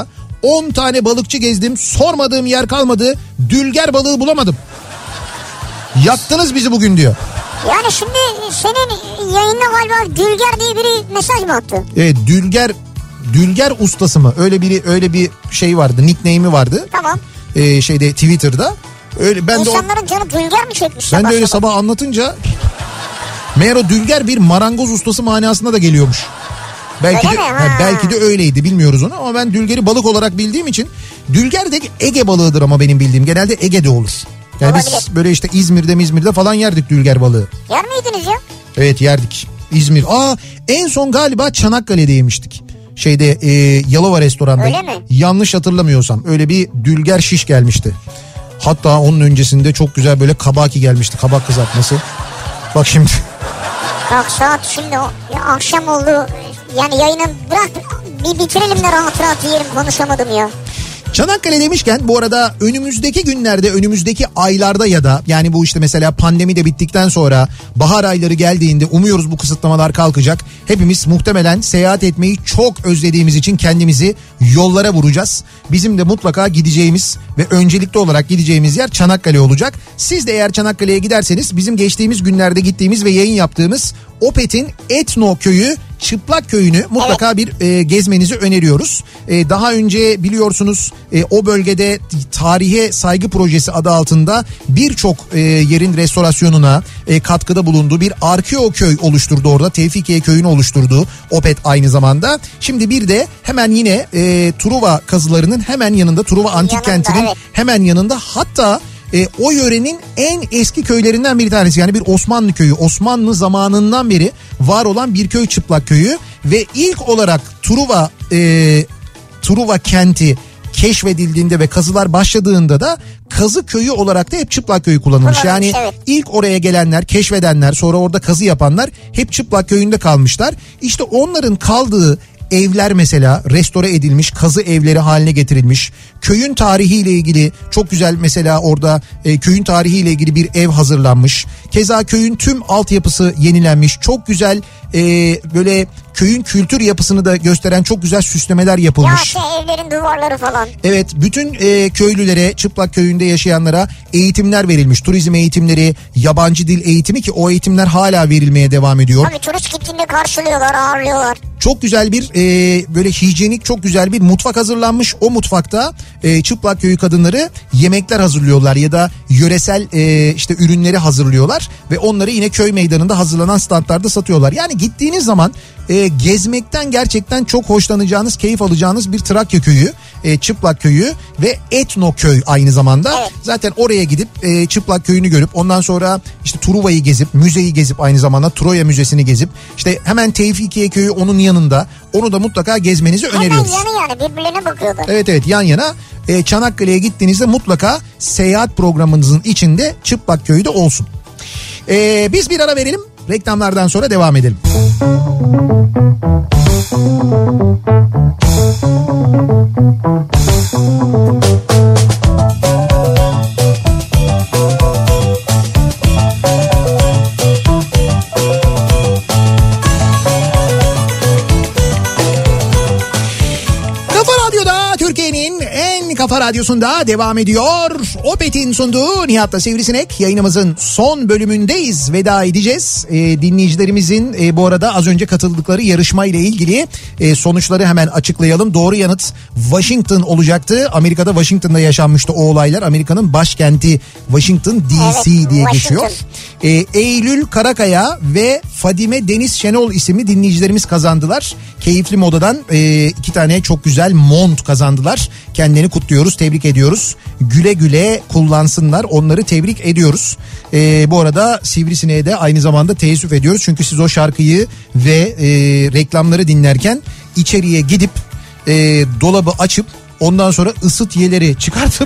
10 tane balıkçı gezdim. Sormadığım yer kalmadı. Dülger balığı bulamadım. Yaktınız bizi bugün diyor. Yani şimdi senin yayında galiba Dülger diye biri mesaj mı attı? Evet, Dülger ustası mı? Öyle bir şey vardı. Nickname'i vardı. Tamam. Twitter'da. Öyle ben İnsanların canı Dülger mi çekmiş? Ben de öyle sabah anlatınca meğer o Dülger bir marangoz ustası manasına da geliyormuş. Belki de öyleydi, bilmiyoruz onu, ama ben Dülger'i balık olarak bildiğim için. Dülger de Ege balığıdır ama benim bildiğim genelde Ege'de olur. Yani olabilir. Biz böyle işte İzmir'de falan yerdik Dülger balığı. Yer miydiniz ya? Evet, yerdik. İzmir. En son galiba Çanakkale'de yemiştik. Yalova restoranda. Öyle mi? Yanlış hatırlamıyorsam öyle bir Dülger şiş gelmişti. Hatta onun öncesinde çok güzel böyle kabaki gelmişti. Kabak kızartması. Bak şimdi. Bak saat şimdi akşam oldu. Yani yayını bırak bir bitirelim de rahat yiyelim, konuşamadım ya. Çanakkale demişken bu arada önümüzdeki günlerde, önümüzdeki aylarda ya da yani bu işte mesela pandemi de bittikten sonra bahar ayları geldiğinde umuyoruz bu kısıtlamalar kalkacak. Hepimiz muhtemelen seyahat etmeyi çok özlediğimiz için kendimizi yollara vuracağız. Bizim de mutlaka gideceğimiz ve öncelikli olarak gideceğimiz yer Çanakkale olacak. Siz de eğer Çanakkale'ye giderseniz bizim geçtiğimiz günlerde gittiğimiz ve yayın yaptığımız Opet'in Etno Köyü, Çıplak Köyü'nü mutlaka bir gezmenizi öneriyoruz. Daha önce biliyorsunuz o bölgede Tarihe Saygı Projesi adı altında birçok yerin restorasyonuna katkıda bulunduğu bir arkeoköy oluşturdu orada. Tevfikiye Köyü'nü oluşturdu Opet aynı zamanda. Şimdi bir de hemen yine Truva kazılarının hemen yanında, Truva Antik Kenti'nin hemen yanında, hatta o yörenin en eski köylerinden bir tanesi, yani bir Osmanlı köyü, Osmanlı zamanından beri var olan bir köy Çıplak Köyü ve ilk olarak Truva kenti keşfedildiğinde ve kazılar başladığında da kazı köyü olarak da hep Çıplak Köyü kullanılmış. Yani ilk oraya gelenler, keşfedenler, sonra orada kazı yapanlar hep Çıplak Köyü'nde kalmışlar. İşte onların kaldığı evler mesela restore edilmiş, kazı evleri haline getirilmiş. Köyün tarihiyle ilgili çok güzel, mesela orada köyün tarihiyle ilgili bir ev hazırlanmış. Keza köyün tüm altyapısı yenilenmiş. Çok güzel böyle köyün kültür yapısını da gösteren çok güzel süslemeler yapılmış. Ya evlerin duvarları falan. Evet, bütün köylülere, Çıplak Köyü'nde yaşayanlara eğitimler verilmiş. Turizm eğitimleri, yabancı dil eğitimi, ki o eğitimler hala verilmeye devam ediyor. Tabii turist gittiğinde karşılıyorlar, ağırlıyorlar. Çok güzel bir böyle hijyenik, çok güzel bir mutfak hazırlanmış. O mutfakta Çıplak Köyü kadınları yemekler hazırlıyorlar ya da yöresel işte ürünleri hazırlıyorlar ve onları yine köy meydanında hazırlanan standlarda satıyorlar. Yani gittiğiniz zaman gezmekten gerçekten çok hoşlanacağınız, keyif alacağınız bir Trakya köyü, Çıplak Köyü ve Etno Köy aynı zamanda. Evet. Zaten oraya gidip Çıplak Köyü'nü görüp ondan sonra işte Truva'yı gezip, müzeyi gezip, aynı zamanda Troya Müzesi'ni gezip, işte hemen Tevfikiye Köyü onun yanında, onu da mutlaka gezmenizi öneriyoruz. Hemen yani birbirine bakıyorlar. Evet, yan yana. Çanakkale'ye gittiğinizde mutlaka seyahat programınızın içinde Çıplak Köyü de olsun. Biz bir ara verelim. Reklamlardan sonra devam edelim. Kafa Radyosu'nda devam ediyor. Opet'in sunduğu Nihat'la Sivrisinek yayınımızın son bölümündeyiz. Veda edeceğiz. Dinleyicilerimizin bu arada az önce katıldıkları yarışma ile ilgili sonuçları hemen açıklayalım. Doğru yanıt Washington olacaktı. Amerika'da Washington'da yaşanmıştı o olaylar. Amerika'nın başkenti Washington DC diye geçiyor. Eylül Karakaya ve Fadime Deniz Şenol isimli dinleyicilerimiz kazandılar. Keyifli Moda'dan 2 tane çok güzel mont kazandılar. Kendilerini kutluyoruz, tebrik ediyoruz. Güle güle kullansınlar, onları tebrik ediyoruz. Bu arada Sivrisineğe de aynı zamanda teessüf ediyoruz. Çünkü siz o şarkıyı ve reklamları dinlerken içeriye gidip dolabı açıp ondan sonra ısıtyeleri çıkartıp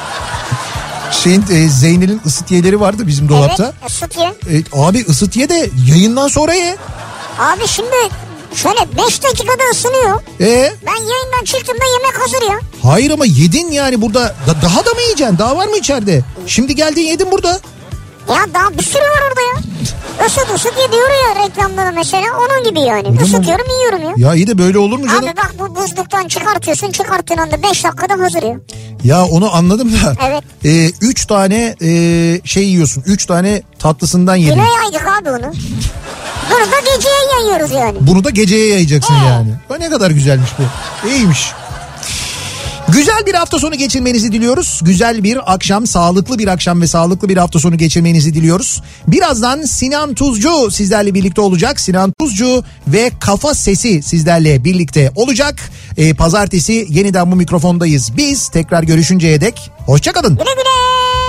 Zeynel'in ısıtyeleri vardı bizim dolapta. Evet, ısıtye. Abi ısıtye de yayından sonra ye. Abi şimdi şöyle 5 dakikada ısınıyor. Ben yayından çıktığımda yemek hazır ya. Hayır ama yedin yani burada. Daha da mı yiyeceksin? Daha var mı içeride? Şimdi geldin yedin burada. Ya daha bir sürü var orada ya. Isıt ye diyor ya reklamları mesela, onun gibi yani. Isıtıyorum yiyorum ya. Ya iyi de böyle olur mu canım? Abi bak, bu buzluktan çıkartıyorsun, çıkarttığın anda 5 dakikada hazır ya. Ya onu anladım da. Evet. 3 tane şey yiyorsun. 3 tane tatlısından yedin. Güne yaydık abi onu. Bunu da geceye yayıyoruz yani. Bunu da geceye yayacaksın yani. O ne kadar güzelmiş bu. İyiymiş. Güzel bir hafta sonu geçirmenizi diliyoruz. Güzel bir akşam, sağlıklı bir akşam ve sağlıklı bir hafta sonu geçirmenizi diliyoruz. Birazdan Sinan Tuzcu sizlerle birlikte olacak. Sinan Tuzcu ve Kafa Sesi sizlerle birlikte olacak. Pazartesi yeniden bu mikrofondayız. Biz tekrar görüşünceye dek hoşça kalın. Güle güle.